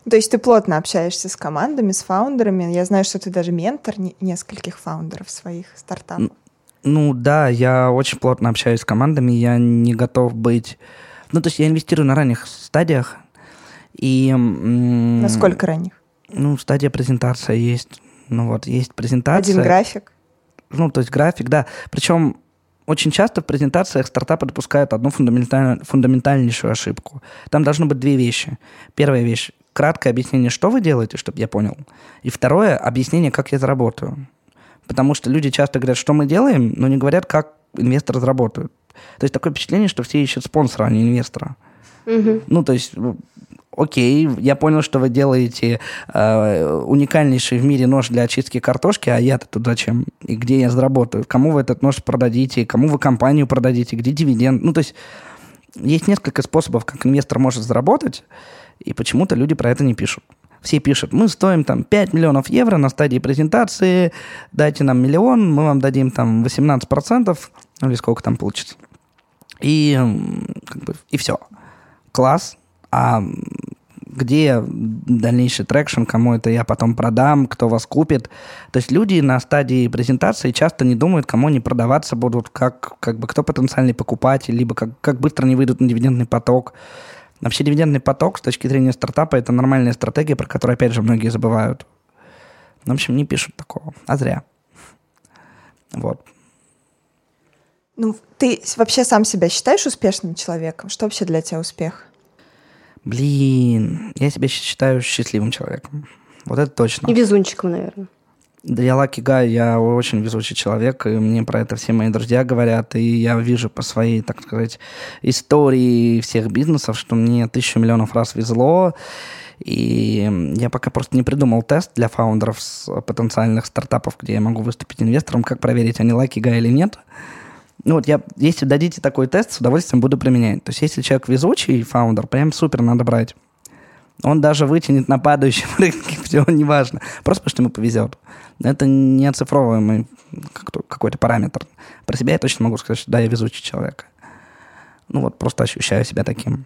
То есть ты плотно общаешься с командами, с фаундерами. Я знаю, что ты даже ментор нескольких фаундеров своих стартапов. Ну да, я очень плотно общаюсь с командами, я не готов быть... Ну, то есть я инвестирую на ранних стадиях. И... На сколько ранних? Ну, стадия презентация есть. Ну вот, есть презентация. Один график? Ну, то есть график, да. Причем очень часто в презентациях стартапы допускают одну фундаменталь... фундаментальнейшую ошибку. Там должно быть две вещи. Первая вещь – краткое объяснение, что вы делаете, чтобы я понял. И второе – объяснение, как я заработаю. Потому что люди часто говорят, что мы делаем, но не говорят, как инвесторы заработают. То есть такое впечатление, что все ищут спонсора, а не инвестора. Mm-hmm. Ну, то есть, окей, я понял, что вы делаете э, уникальнейший в мире нож для очистки картошки, а я-то тут зачем? И где я заработаю? Кому вы этот нож продадите? Кому вы компанию продадите? Где дивиденд? Ну, то есть, есть несколько способов, как инвестор может заработать, и почему-то люди про это не пишут. Все пишут, мы стоим там пять миллионов евро на стадии презентации, дайте нам миллион, мы вам дадим там восемнадцать процентов, или сколько там получится. И, как бы, и все. Класс. А где дальнейший трекшн, кому это я потом продам, кто вас купит? То есть люди на стадии презентации часто не думают, кому они продаваться будут, как, как бы, кто потенциальный покупатель, либо как, как быстро они выйдут на дивидендный поток. Вообще дивидендный поток с точки зрения стартапа – это нормальная стратегия, про которую, опять же, многие забывают. В общем, не пишут такого, а зря. Вот. Ну, ты вообще сам себя считаешь успешным человеком? Что вообще для тебя успех? Блин, я себя считаю счастливым человеком. Вот это точно. И везунчиком, наверное. Да, я lucky guy, я очень везучий человек, и мне про это все мои друзья говорят, и я вижу по своей, так сказать, истории всех бизнесов, что мне тысячу миллионов раз везло, и я пока просто не придумал тест для фаундеров с потенциальных стартапов, где я могу выступить инвестором, как проверить, они lucky guy или нет. Ну вот, я, если дадите такой тест, с удовольствием буду применять. То есть, если человек везучий, фаундер, прям супер надо брать. Он даже вытянет на падающем рынке, все, неважно. Просто потому, что ему повезет. Это не оцифровываемый какой-то параметр. Про себя я точно могу сказать, что да, я везучий человек. Ну вот, просто ощущаю себя таким.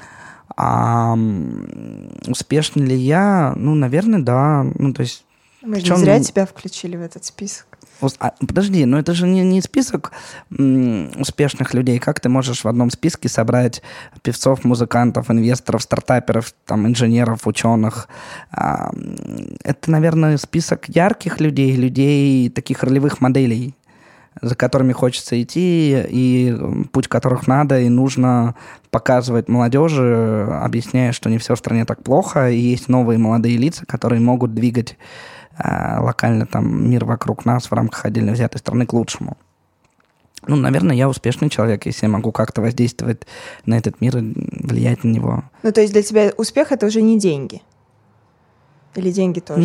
А успешный ли я? Ну, наверное, да. Ну, то есть... Мы причем... не зря тебя включили в этот список. А, подожди, но это же не, не список м, успешных людей. Как ты можешь в одном списке собрать певцов, музыкантов, инвесторов, стартаперов, там, инженеров, ученых? А, это, наверное, список ярких людей, людей, таких ролевых моделей, за которыми хочется идти, и путь которых надо и нужно показывать молодежи, объясняя, что не все в стране так плохо, и есть новые молодые лица, которые могут двигать локально там мир вокруг нас в рамках отдельно взятой страны к лучшему. Ну, наверное, я успешный человек, если я могу как-то воздействовать на этот мир и влиять на него. Ну, то есть для тебя успех — это уже не деньги? Или деньги тоже?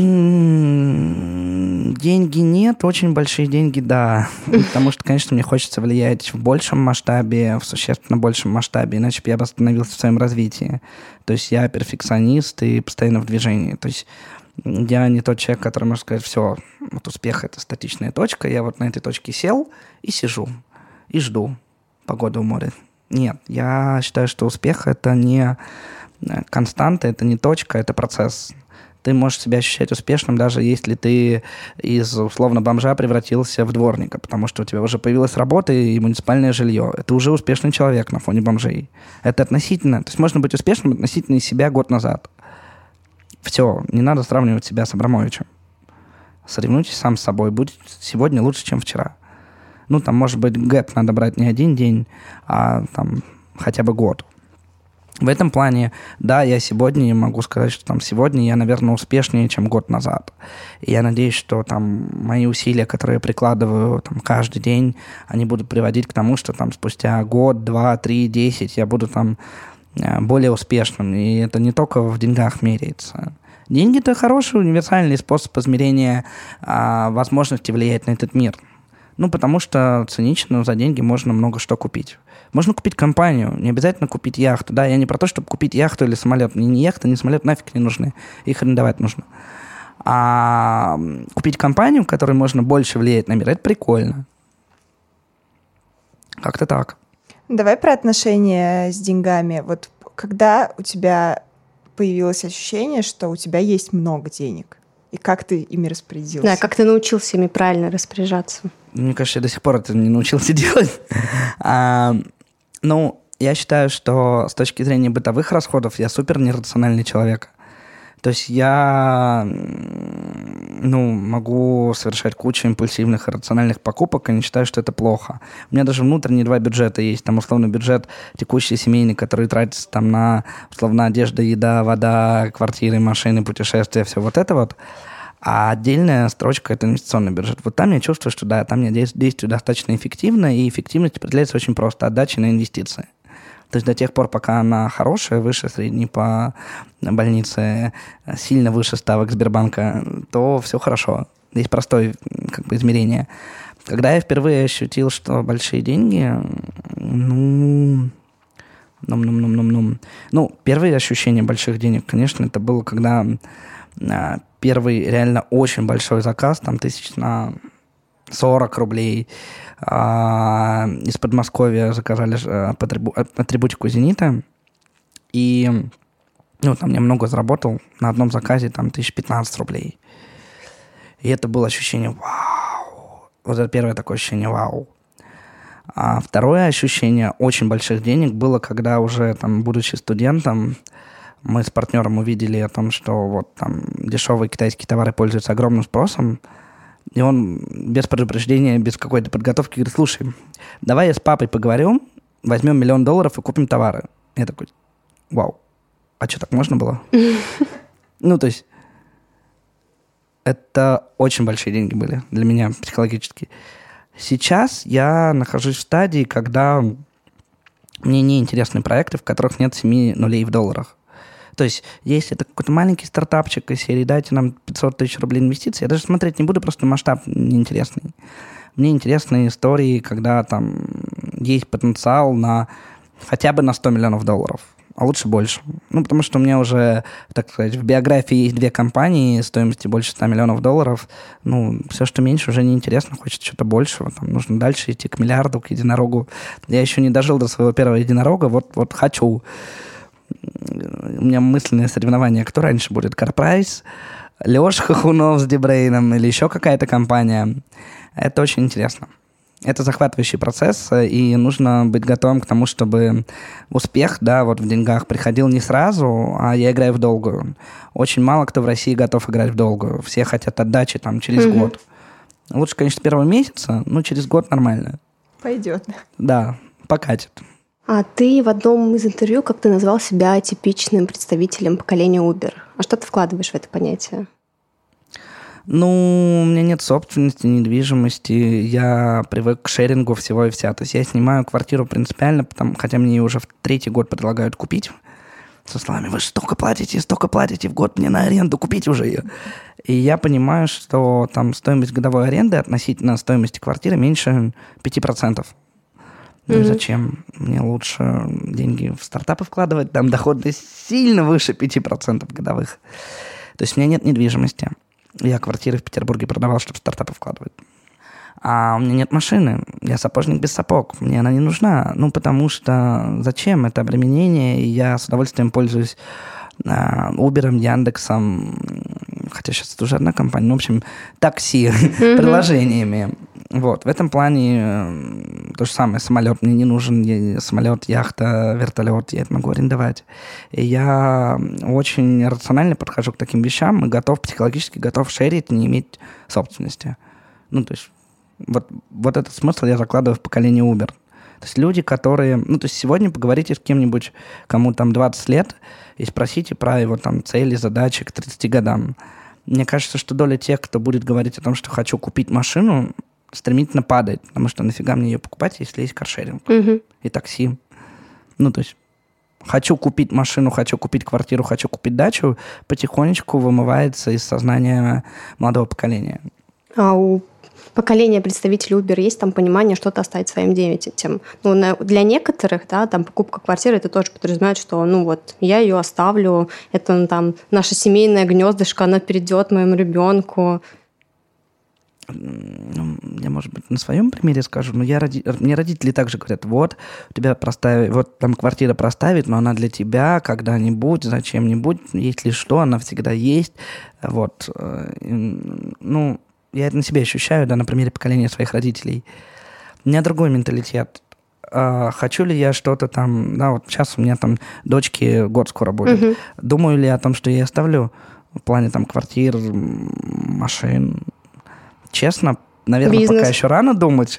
Mm-hmm. Деньги нет, очень большие деньги, да. Потому что, конечно, мне хочется влиять в большем масштабе, в существенно большем масштабе, иначе бы я бы остановился в своем развитии. То есть я перфекционист и постоянно в движении. То есть я не тот человек, который может сказать, все, вот успех — это статичная точка, я вот на этой точке сел и сижу, и жду погоды у моря. Нет, я считаю, что успех — это не константа, это не точка, это процесс. Ты можешь себя ощущать успешным, даже если ты из, условно, бомжа превратился в дворника, потому что у тебя уже появилась работа и муниципальное жилье. Это уже успешный человек на фоне бомжей. Это относительно... То есть можно быть успешным относительно себя год назад. Все, не надо сравнивать себя с Абрамовичем. Соревнуйтесь сам с собой. Будь сегодня лучше, чем вчера. Ну, там, может быть, гэп надо брать не один день, а там хотя бы год. В этом плане, да, я сегодня могу сказать, что там сегодня я, наверное, успешнее, чем год назад. И я надеюсь, что там мои усилия, которые я прикладываю там каждый день, они будут приводить к тому, что там спустя год, два, три, десять я буду там более успешным. И это не только в деньгах меряется. Деньги — это хороший универсальный способ измерения а, возможности влиять на этот мир. Ну, потому что цинично за деньги можно много что купить. Можно купить компанию, не обязательно купить яхту. Да, я не про то, чтобы купить яхту или самолет. Мне ни яхта, ни самолет нафиг не нужны. Их арендовать нужно. А купить компанию, в которой можно больше влиять на мир, это прикольно. Как-то так. Давай про отношения с деньгами. Вот когда у тебя появилось ощущение, что у тебя есть много денег? И как ты ими распорядился? Да, как ты научился ими правильно распоряжаться? Мне кажется, я до сих пор это не научился делать. а, ну, я считаю, что с точки зрения бытовых расходов я супер нерациональный человек. То есть я ну, могу совершать кучу импульсивных и рациональных покупок, и не считаю, что это плохо. У меня даже внутренние два бюджета есть. Там, условно, бюджет текущий, семейный, который тратится там на, условно, одежда, еда, вода, квартиры, машины, путешествия, все вот это вот. А отдельная строчка – это инвестиционный бюджет. Вот там я чувствую, что да, там я действую достаточно эффективно, и эффективность определяется очень просто – отдача на инвестиции. То есть до тех пор, пока она хорошая, выше средней по больнице, сильно выше ставок Сбербанка, то все хорошо. Здесь простое как бы измерение. Когда я впервые ощутил, что большие деньги, ну... Ну, ну, первые ощущения больших денег, конечно, это было, когда а, первый реально очень большой заказ, там тысяч на сорок рублей, а, из Подмосковья заказали атрибутику «Зенита», и ну, там я много заработал на одном заказе, там тысяч пятнадцать рублей. И это было ощущение «вау». Вот это первое такое ощущение «вау». А второе ощущение очень больших денег было, когда уже, там, будучи студентом, мы с партнером увидели о том, что вот там дешевые китайские товары пользуются огромным спросом, и он без предупреждения, без какой-то подготовки говорит: слушай, давай я с папой поговорю, возьмем миллион долларов и купим товары. Я такой: вау, а что, так можно было? Ну, то есть это очень большие деньги были для меня психологически. Сейчас я нахожусь в стадии, когда мне неинтересны проекты, в которых нет семи нулей в долларах. То есть, если это какой-то маленький стартапчик из серии «дайте нам пятьсот тысяч рублей инвестиций», я даже смотреть не буду, просто масштаб неинтересный. Мне интересны истории, когда там есть потенциал на хотя бы на сто миллионов долларов, а лучше больше. Ну, потому что у меня уже, так сказать, в биографии есть две компании стоимостью больше ста миллионов долларов. Ну, все, что меньше, уже неинтересно, хочется что-то большего. Там нужно дальше идти к миллиарду, к единорогу. Я еще не дожил до своего первого единорога, вот, вот хочу. У меня мысленное соревнование, кто раньше будет, Карпрайс, Леша Хохунов с Дибрейном или еще какая-то компания. Это очень интересно. Это захватывающий процесс, и нужно быть готовым к тому, чтобы успех, да, вот в деньгах приходил не сразу, а я играю в долгую. Очень мало кто в России готов играть в долгую. Все хотят отдачи там через mm-hmm. год. Лучше, конечно, с первого месяца, но через год нормально. Пойдет. Да, покатит. А ты в одном из интервью как-то назвал себя типичным представителем поколения Uber. А что ты вкладываешь в это понятие? Ну, у меня нет собственности, недвижимости, я привык к шерингу всего и вся. То есть я снимаю квартиру принципиально, потому, хотя мне ее уже в третий год предлагают купить. Со словами: вы столько платите, столько платите в год мне на аренду, купите уже ее. И я понимаю, что там стоимость годовой аренды относительно стоимости квартиры меньше пяти процентов. Ну, mm-hmm. зачем? Мне лучше деньги в стартапы вкладывать, там доходность сильно выше пяти процентов годовых. То есть у меня нет недвижимости. Я квартиры в Петербурге продавал, чтобы в стартапы вкладывать. А у меня нет машины. Я сапожник без сапог. Мне она не нужна. Ну, потому что зачем? Это обременение. И я с удовольствием пользуюсь а, Uber, Яндексом. Хотя сейчас это уже одна компания. Ну, в общем, такси, mm-hmm. приложениями. Вот. В этом плане то же самое. Самолет мне не нужен. Самолет, яхта, вертолет. Я это могу арендовать. И я очень рационально подхожу к таким вещам и готов, психологически готов шерить, не иметь собственности. Ну, то есть вот, вот этот смысл я закладываю в поколение Uber. То есть люди, которые... Ну, то есть сегодня поговорите с кем-нибудь, кому там двадцать лет, и спросите про его там цели, задачи к тридцати годам. Мне кажется, что доля тех, кто будет говорить о том, что хочу купить машину, стремительно падает, потому что нафига мне ее покупать, если есть каршеринг mm-hmm. и такси. Ну, то есть хочу купить машину, хочу купить квартиру, хочу купить дачу, потихонечку вымывается из сознания молодого поколения. А у поколения представителей Uber есть там понимание что-то оставить своим детям? Ну, на, для некоторых, да, там покупка квартиры, это тоже подразумевает, что, ну вот, я ее оставлю, это там наше семейное гнездышко, оно перейдет моему ребенку. ну, я, может быть, на своем примере скажу, но я роди... мне родители также говорят, вот, у тебя проставит, вот там квартира проставит, но она для тебя когда-нибудь, зачем-нибудь, если что, она всегда есть. Вот. Ну, я это на себе ощущаю, да, на примере поколения своих родителей. У меня другой менталитет. А, хочу ли я что-то там, да, вот сейчас у меня там дочке год скоро будет. Угу. Думаю ли я о том, что я оставлю в плане там квартир, машин? Честно, наверное, Бизнес. Пока еще рано думать,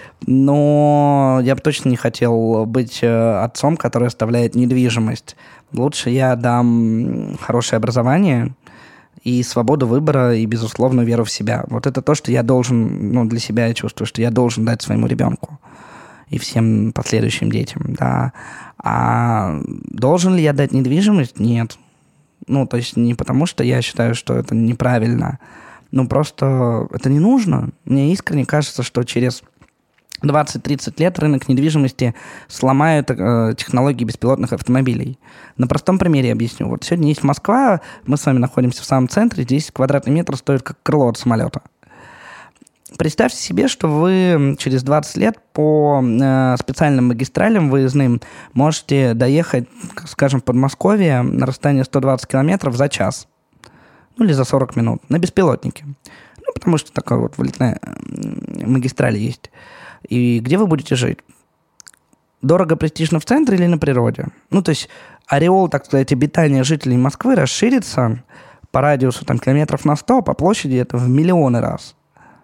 но я бы точно не хотел быть отцом, который оставляет недвижимость. Лучше я дам хорошее образование и свободу выбора, и, безусловно, веру в себя. Вот это то, что я должен, ну, для себя я чувствую, что я должен дать своему ребенку и всем последующим детям, да. А должен ли я дать недвижимость? Нет. Ну, то есть не потому, что я считаю, что это неправильно. Ну, просто это не нужно. Мне искренне кажется, что через двадцать-тридцать лет рынок недвижимости сломают э, технологии беспилотных автомобилей. На простом примере объясню. Вот сегодня есть Москва, мы с вами находимся в самом центре, здесь квадратный метр стоит как крыло от самолета. Представьте себе, что вы через двадцать лет по э, специальным магистралям выездным можете доехать, скажем, в Подмосковье на расстояние сто двадцать километров за час. Ну, или за сорок минут, на беспилотнике. Ну, потому что такая вот вылетная магистраль есть. И где вы будете жить? Дорого, престижно в центре или на природе? Ну, то есть ореол, так сказать, обитания жителей Москвы расширится по радиусу там, километров на сто, по площади это в миллионы раз.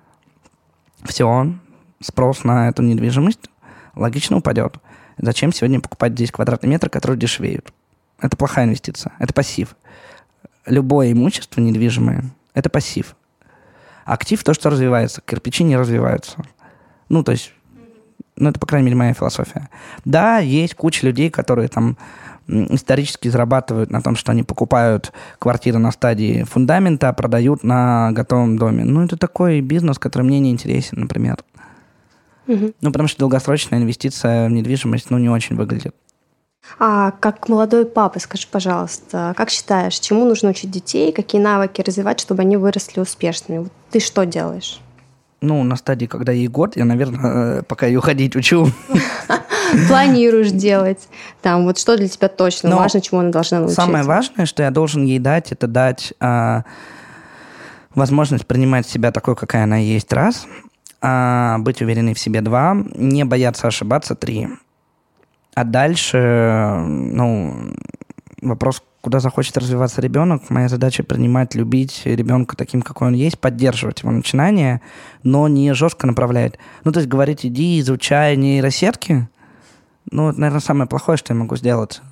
Все, спрос на эту недвижимость логично упадет. Зачем сегодня покупать здесь квадратный метр, которые дешевеют? Это плохая инвестиция, это пассив. Любое имущество недвижимое – это пассив. Актив – то, что развивается. Кирпичи не развиваются. Ну, то есть, ну, это, по крайней мере, моя философия. Да, есть куча людей, которые там исторически зарабатывают на том, что они покупают квартиры на стадии фундамента, а продают на готовом доме. Ну, это такой бизнес, который мне не интересен, например. Угу. Ну, потому что долгосрочная инвестиция в недвижимость, ну, не очень выглядит. А как молодой папа, скажи, пожалуйста, как считаешь, чему нужно учить детей, какие навыки развивать, чтобы они выросли успешными? Вот ты что делаешь? Ну, на стадии, когда ей год, я, наверное, пока ее ходить учу. Планируешь делать? Там, вот что для тебя точно важно, чему она должна научиться? Самое важное, что я должен ей дать, это дать а, возможность принимать себя такой, какая она есть, раз, а, быть уверенной в себе, два, не бояться ошибаться, три. А дальше, ну, вопрос, куда захочет развиваться ребенок. Моя задача принимать, любить ребенка таким, какой он есть, поддерживать его начинания, но не жестко направлять. Ну, то есть говорить, иди, изучай нейросетки. Ну, это, наверное, самое плохое, что я могу сделать.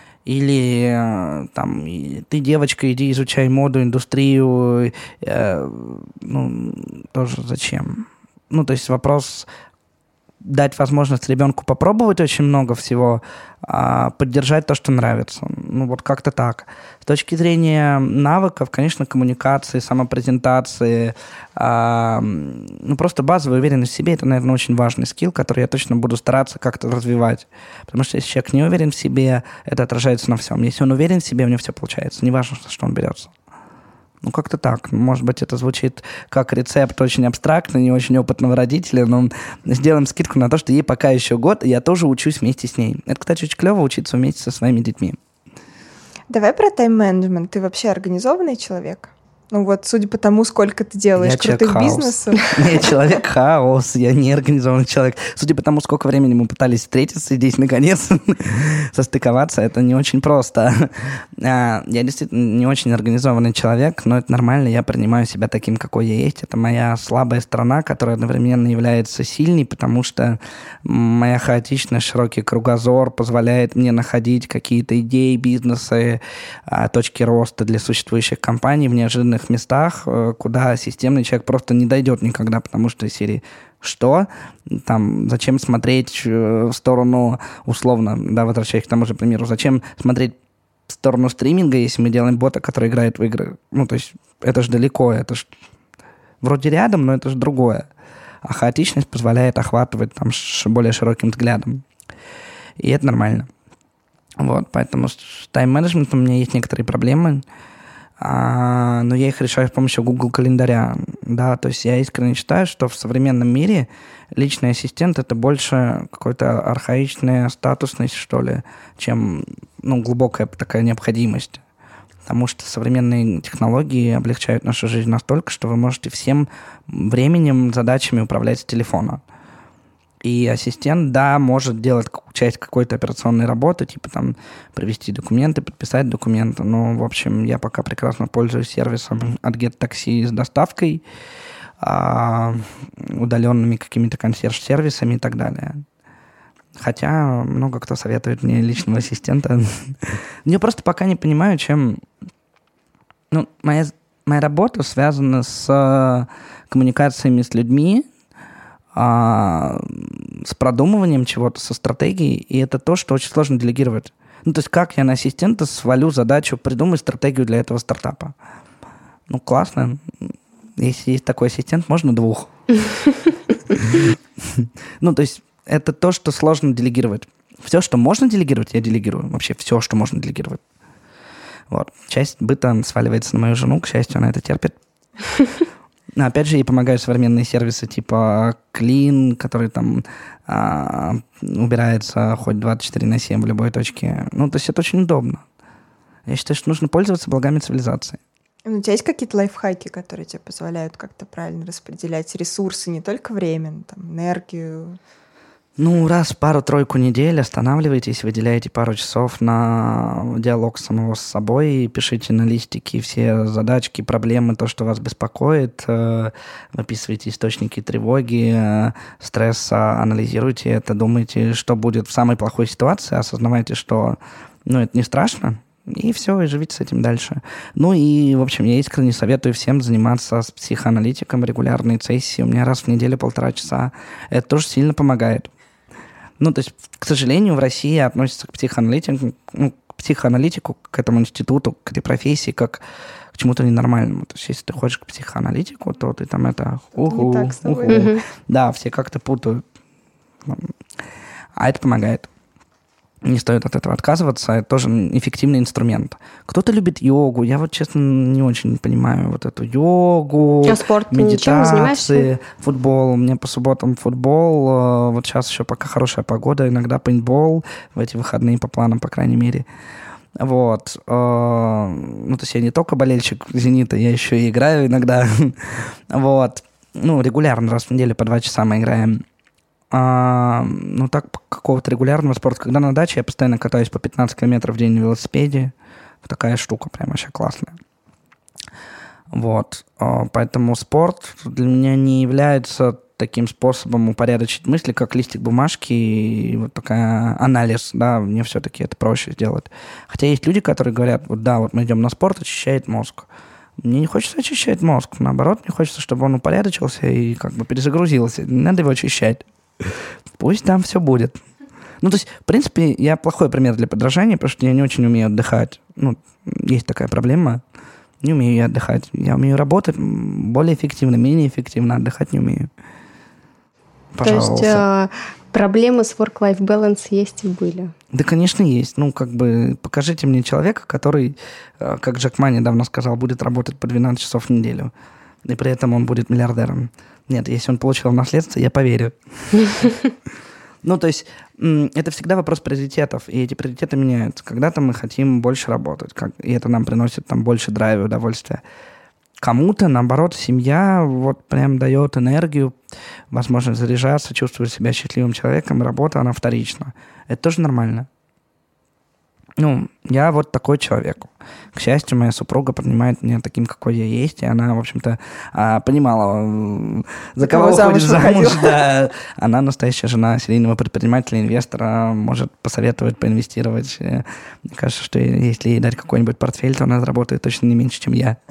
Или там, ты, девочка, иди, изучай моду, индустрию. Э, ну, тоже зачем? Ну, то есть вопрос... дать возможность ребенку попробовать очень много всего, а поддержать то, что нравится. Ну, вот как-то так. С точки зрения навыков, конечно, коммуникации, самопрезентации, а, ну, просто базовая уверенность в себе – это, наверное, очень важный скилл, который я точно буду стараться как-то развивать. Потому что если человек не уверен в себе, это отражается на всем. Если он уверен в себе, у него все получается. Неважно, что он берется. Ну, как-то так. Может быть, это звучит как рецепт очень абстрактный, не очень опытного родителя, но сделаем скидку на то, что ей пока еще год, и я тоже учусь вместе с ней. Это, кстати, очень клево учиться вместе со своими детьми. Давай про тайм-менеджмент. Ты вообще организованный человек? Ну вот, судя по тому, сколько ты делаешь я крутых бизнесов. Я человек-хаос, я не организованный человек. Судя по тому, сколько времени мы пытались встретиться здесь, наконец, состыковаться, это не очень просто. Я действительно не очень организованный человек, но это нормально, я принимаю себя таким, какой я есть. Это моя слабая сторона, которая одновременно является сильной, потому что моя хаотичность, широкий кругозор позволяет мне находить какие-то идеи, бизнесы, точки роста для существующих компаний в неожиданных местах, куда системный человек просто не дойдет никогда, потому что из серии «Что?» Там, зачем смотреть в сторону, условно, да, возвращаясь к тому же примеру, зачем смотреть в сторону стриминга, если мы делаем бота, который играет в игры? Ну, то есть это же далеко, это же вроде рядом, но это же другое. А хаотичность позволяет охватывать там более широким взглядом. И это нормально. Вот, поэтому с тайм-менеджментом у меня есть некоторые проблемы. а, но я их решаю с помощью Google календаря. Да, то есть я искренне считаю, что в современном мире личный ассистент — это больше какая-то архаичная статусность, что ли, чем ну, глубокая такая необходимость. Потому что современные технологии облегчают нашу жизнь настолько, что вы можете всем временем, задачами управлять с телефона. И ассистент, да, может делать часть какой-то операционной работы, типа там привести документы, подписать документы. Но, в общем, я пока прекрасно пользуюсь сервисом от GetTaxi с доставкой, а, удаленными какими-то консьерж-сервисами и так далее. Хотя много кто советует мне личного ассистента. Я просто пока не понимаю, чем... Ну, моя, моя работа связана с коммуникациями с людьми, а, с продумыванием чего-то, со стратегией, и это то, что очень сложно делегировать. Ну, то есть как я на ассистента свалю задачу придумать стратегию для этого стартапа? Ну, классно. Если есть такой ассистент, можно двух. Ну, то есть это то, что сложно делегировать. Все, что можно делегировать, я делегирую. Вообще все, что можно делегировать. Вот. Часть быта сваливается на мою жену, к счастью, она это терпит. Но опять же, ей помогают современные сервисы типа Clean, который там а, убирается хоть двадцать четыре на семь в любой точке. Ну, то есть это очень удобно. Я считаю, что нужно пользоваться благами цивилизации. У тебя есть какие-то лайфхаки, которые тебе позволяют как-то правильно распределять ресурсы, не только время, но там, энергию? Ну, раз в пару-тройку недель останавливайтесь, выделяете пару часов на диалог самого с собой, пишите на листике все задачки, проблемы, то, что вас беспокоит, выписывайте источники тревоги, стресса, анализируйте это, думайте, что будет в самой плохой ситуации, осознавайте, что ну, это не страшно, и все, и живите с этим дальше. Ну и, в общем, я искренне советую всем заниматься с психоаналитиком, регулярные сессии, у меня раз в неделю полтора часа, это тоже сильно помогает. Ну, то есть, к сожалению, в России относятся к психоаналитику, ну, к психоаналитику, к этому институту, к этой профессии, как к чему-то ненормальному. То есть, если ты ходишь к психоаналитику, то ты там это... Уху, не так с тобой. уху. Угу. Да, все как-то путают. А это помогает. Не стоит от этого отказываться, это тоже эффективный инструмент. Кто-то любит йогу, я вот, честно, не очень понимаю вот эту йогу, а спорт медитации, футбол. У меня по субботам футбол, вот сейчас еще пока хорошая погода, иногда пейнтбол, в эти выходные по планам, по крайней мере. Вот. Ну, то есть я не только болельщик «Зенита», я еще и играю иногда. Вот. Ну, регулярно, раз в неделю по два часа мы играем. А, ну, так, какого-то регулярного спорта. Когда на даче, я постоянно катаюсь по пятнадцать километров в день на велосипеде. Такая штука прям вообще классная. Вот. А, поэтому спорт для меня не является таким способом упорядочить мысли, как листик бумажки и вот такая анализ, да, мне все-таки это проще сделать. Хотя есть люди, которые говорят, вот да, вот мы идем на спорт, очищает мозг. Мне не хочется очищать мозг, наоборот, мне хочется, чтобы он упорядочился и как бы перезагрузился. Не надо его очищать. Пусть там все будет. Ну, то есть, в принципе, я плохой пример для подражания, потому что я не очень умею отдыхать. Ну, есть такая проблема. Не умею я отдыхать. Я умею работать более эффективно, менее эффективно, отдыхать не умею. Пожалуйста. То есть э, проблемы с work-life balance есть и были? Да, конечно, есть. Ну, как бы, покажите мне человека, который, э, как Джек Ма недавно сказал, будет работать по двенадцать часов в неделю. И при этом он будет миллиардером. Нет, если он получил в наследство, я поверю. Ну, то есть, это всегда вопрос приоритетов, и эти приоритеты меняются. Когда-то мы хотим больше работать, и это нам приносит там больше драйва, удовольствия. Кому-то, наоборот, семья вот прям дает энергию, возможность заряжаться, чувствовать себя счастливым человеком, и работа, она вторична. Это тоже нормально. Ну, я вот такой человек. К счастью, моя супруга принимает меня таким, какой я есть, и она, в общем-то, понимала, за кого выходишь замуж. Да. Она настоящая жена серийного предпринимателя, инвестора, может посоветовать, поинвестировать. Мне кажется, что если ей дать какой-нибудь портфель, то она заработает точно не меньше, чем я.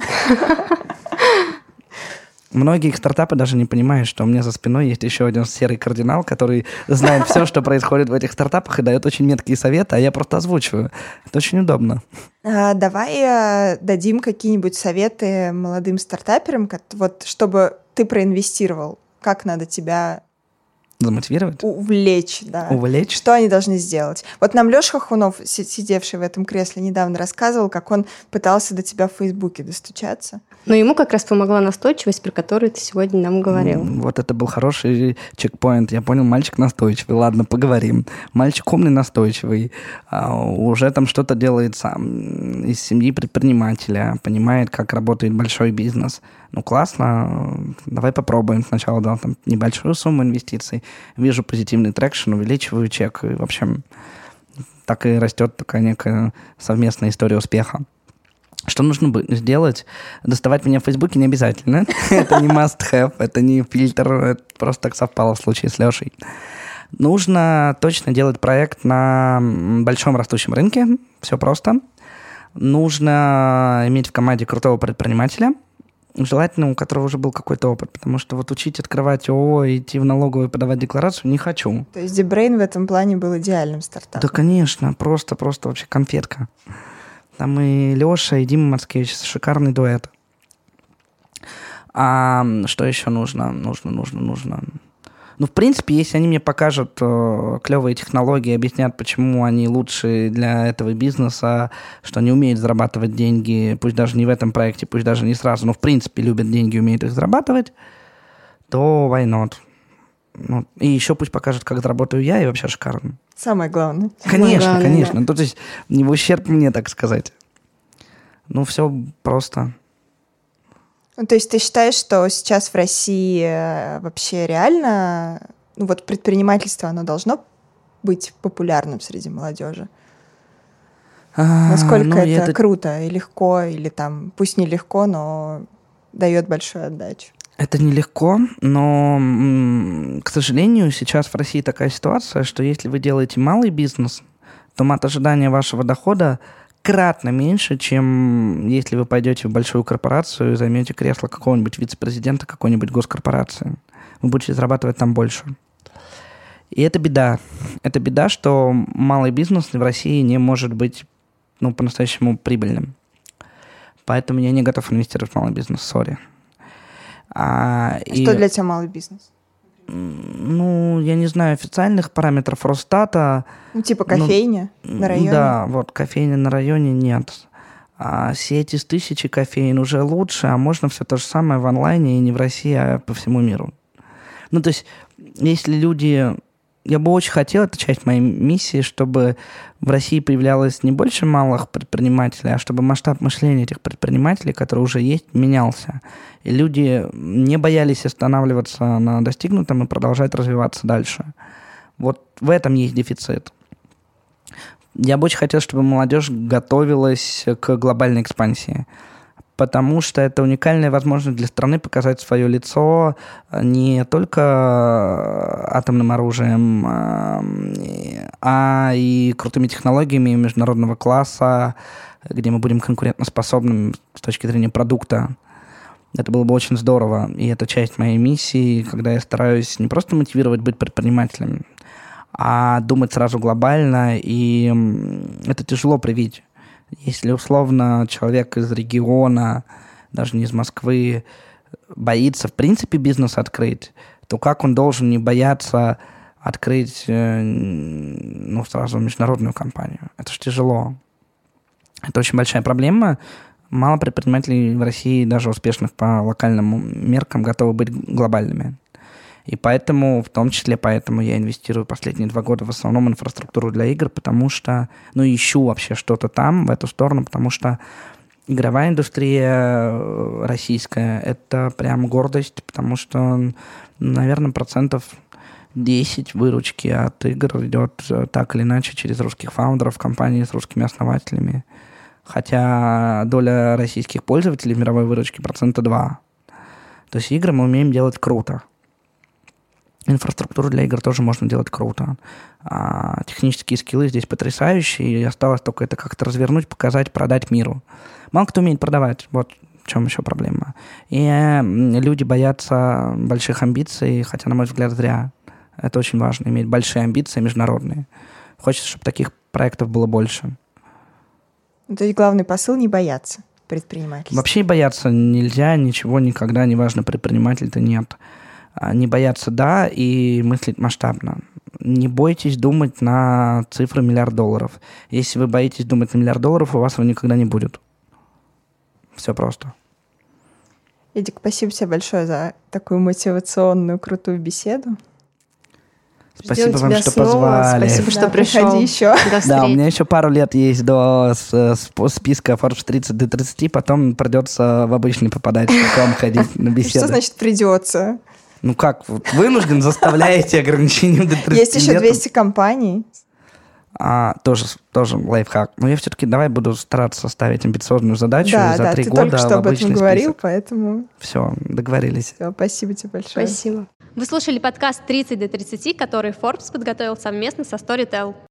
Многие их стартапы даже не понимают, что у меня за спиной есть еще один серый кардинал, который знает все, что происходит в этих стартапах, и дает очень меткие советы, а я просто озвучиваю. Это очень удобно. А, давай а, дадим какие-нибудь советы молодым стартаперам, вот, чтобы ты проинвестировал. Как надо тебя Замотивировать? Увлечь, да. Увлечь? Что они должны сделать? Вот нам Леша Хохунов, сидевший в этом кресле, недавно рассказывал, как он пытался до тебя в Фейсбуке достучаться. Но ему как раз помогла настойчивость, про которую ты сегодня нам говорил. Вот это был хороший чекпоинт. Я понял, мальчик настойчивый. Ладно, поговорим. Мальчик умный, настойчивый. А, уже там что-то делает сам. Из семьи предпринимателя. Понимает, как работает большой бизнес. Ну, классно. Давай попробуем. Сначала дал там небольшую сумму инвестиций. Вижу позитивный трекшн, увеличиваю чек. И, в общем, так и растет такая некая совместная история успеха. Что нужно сделать? Доставать меня в Фейсбуке не обязательно. Это не must-have, это не фильтр, это просто так совпало в случае с Лешей. Нужно точно делать проект на большом растущем рынке. Все просто. Нужно иметь в команде крутого предпринимателя, желательно, у которого уже был какой-то опыт, потому что вот учить открывать ООО и идти в налоговую подавать декларацию не хочу. То есть DeepBrain в этом плане был идеальным стартапом? Да, конечно, просто-просто вообще конфетка. Там и Леша, и Дима Мацкевич, шикарный дуэт. А что еще нужно? Нужно, нужно, нужно. Ну, в принципе, если они мне покажут э, клевые технологии, объяснят, почему они лучше для этого бизнеса, что они умеют зарабатывать деньги, пусть даже не в этом проекте, пусть даже не сразу, но в принципе любят деньги, умеют их зарабатывать, то why not? Ну, и еще пусть покажут, как заработаю я, и вообще шикарно. Самое главное. Конечно, Самое главное, конечно. Да. Ну, то есть не в ущерб мне, так сказать. Ну, все просто. Ну, то есть ты считаешь, что сейчас в России вообще реально, ну вот предпринимательство, оно должно быть популярным среди молодежи? А, Насколько ну, это, это круто и легко, или там, пусть не легко, но дает большую отдачу? Это нелегко, но, к сожалению, сейчас в России такая ситуация, что если вы делаете малый бизнес, то мат ожидания вашего дохода кратно меньше, чем если вы пойдете в большую корпорацию и займете кресло какого-нибудь вице-президента какой-нибудь госкорпорации. Вы будете зарабатывать там больше. И это беда. Это беда, что малый бизнес в России не может быть, ну, по-настоящему прибыльным. Поэтому я не готов инвестировать в малый бизнес, сори. А, что и, для тебя малый бизнес? Ну, я не знаю официальных параметров Росстата. Ну, типа кофейня ну, на районе? Да, вот кофейня на районе нет. А сеть из тысячи кофеин уже лучше, а можно все то же самое в онлайне и не в России, а по всему миру. Ну, то есть, если люди... Я бы очень хотел, это часть моей миссии, чтобы в России появлялось не больше малых предпринимателей, а чтобы масштаб мышления этих предпринимателей, которые уже есть, менялся. И люди не боялись останавливаться на достигнутом и продолжать развиваться дальше. Вот в этом есть дефицит. Я бы очень хотел, чтобы молодежь готовилась к глобальной экспансии, потому что это уникальная возможность для страны показать свое лицо не только атомным оружием, а и крутыми технологиями международного класса, где мы будем конкурентоспособными с точки зрения продукта. Это было бы очень здорово, и это часть моей миссии, когда я стараюсь не просто мотивировать быть предпринимателем, а думать сразу глобально, и это тяжело привить. Если условно человек из региона, даже не из Москвы, боится в принципе бизнес открыть, то как он должен не бояться открыть, ну, сразу международную компанию? Это же тяжело. Это очень большая проблема. Мало предпринимателей в России, даже успешных по локальным меркам, готовы быть глобальными. И поэтому, в том числе поэтому я инвестирую последние два года в основном в инфраструктуру для игр, потому что, ну, ищу вообще что-то там, в эту сторону, потому что игровая индустрия российская – это прям гордость, потому что, наверное, процентов десять выручки от игр идет так или иначе через русских фаундеров, компании с русскими основателями. Хотя доля российских пользователей в мировой выручке процента два. То есть игры мы умеем делать круто. Инфраструктуру для игр тоже можно делать круто. А, технические скиллы здесь потрясающие, и осталось только это как-то развернуть, показать, продать миру. Мало кто умеет продавать, вот в чем еще проблема. И э, люди боятся больших амбиций, хотя, на мой взгляд, зря. Это очень важно, иметь большие амбиции международные. Хочется, чтобы таких проектов было больше. То есть главный посыл — не бояться предпринимательства. Вообще бояться нельзя, ничего никогда, неважно, предприниматель ты нет. Не бояться «да» и мыслить масштабно. Не бойтесь думать на цифры миллиард долларов. Если вы боитесь думать на миллиард долларов, у вас его никогда не будет. Все просто. Эдик, спасибо тебе большое за такую мотивационную, крутую беседу. Спасибо Ждем вам, тебя что снова. позвали. Спасибо, что Да, пришел. приходи еще. Да, у меня еще пару лет есть до с- с- списка Forbes тридцать до тридцати, потом придется в обычный попадать, к вам ходить на беседы. Что значит придется? Ну как, вот вынужден, заставляете ограничением до тридцати Есть еще лет. двести компаний. А, тоже, тоже лайфхак. Но я все-таки давай буду стараться ставить амбициозную задачу Да, и за да, три ты года только что в об этом обычный говорил, список. поэтому Все, договорились. всё, спасибо тебе большое. Спасибо. Вы слушали подкаст тридцать до тридцати, который Forbes подготовил совместно со Storytel.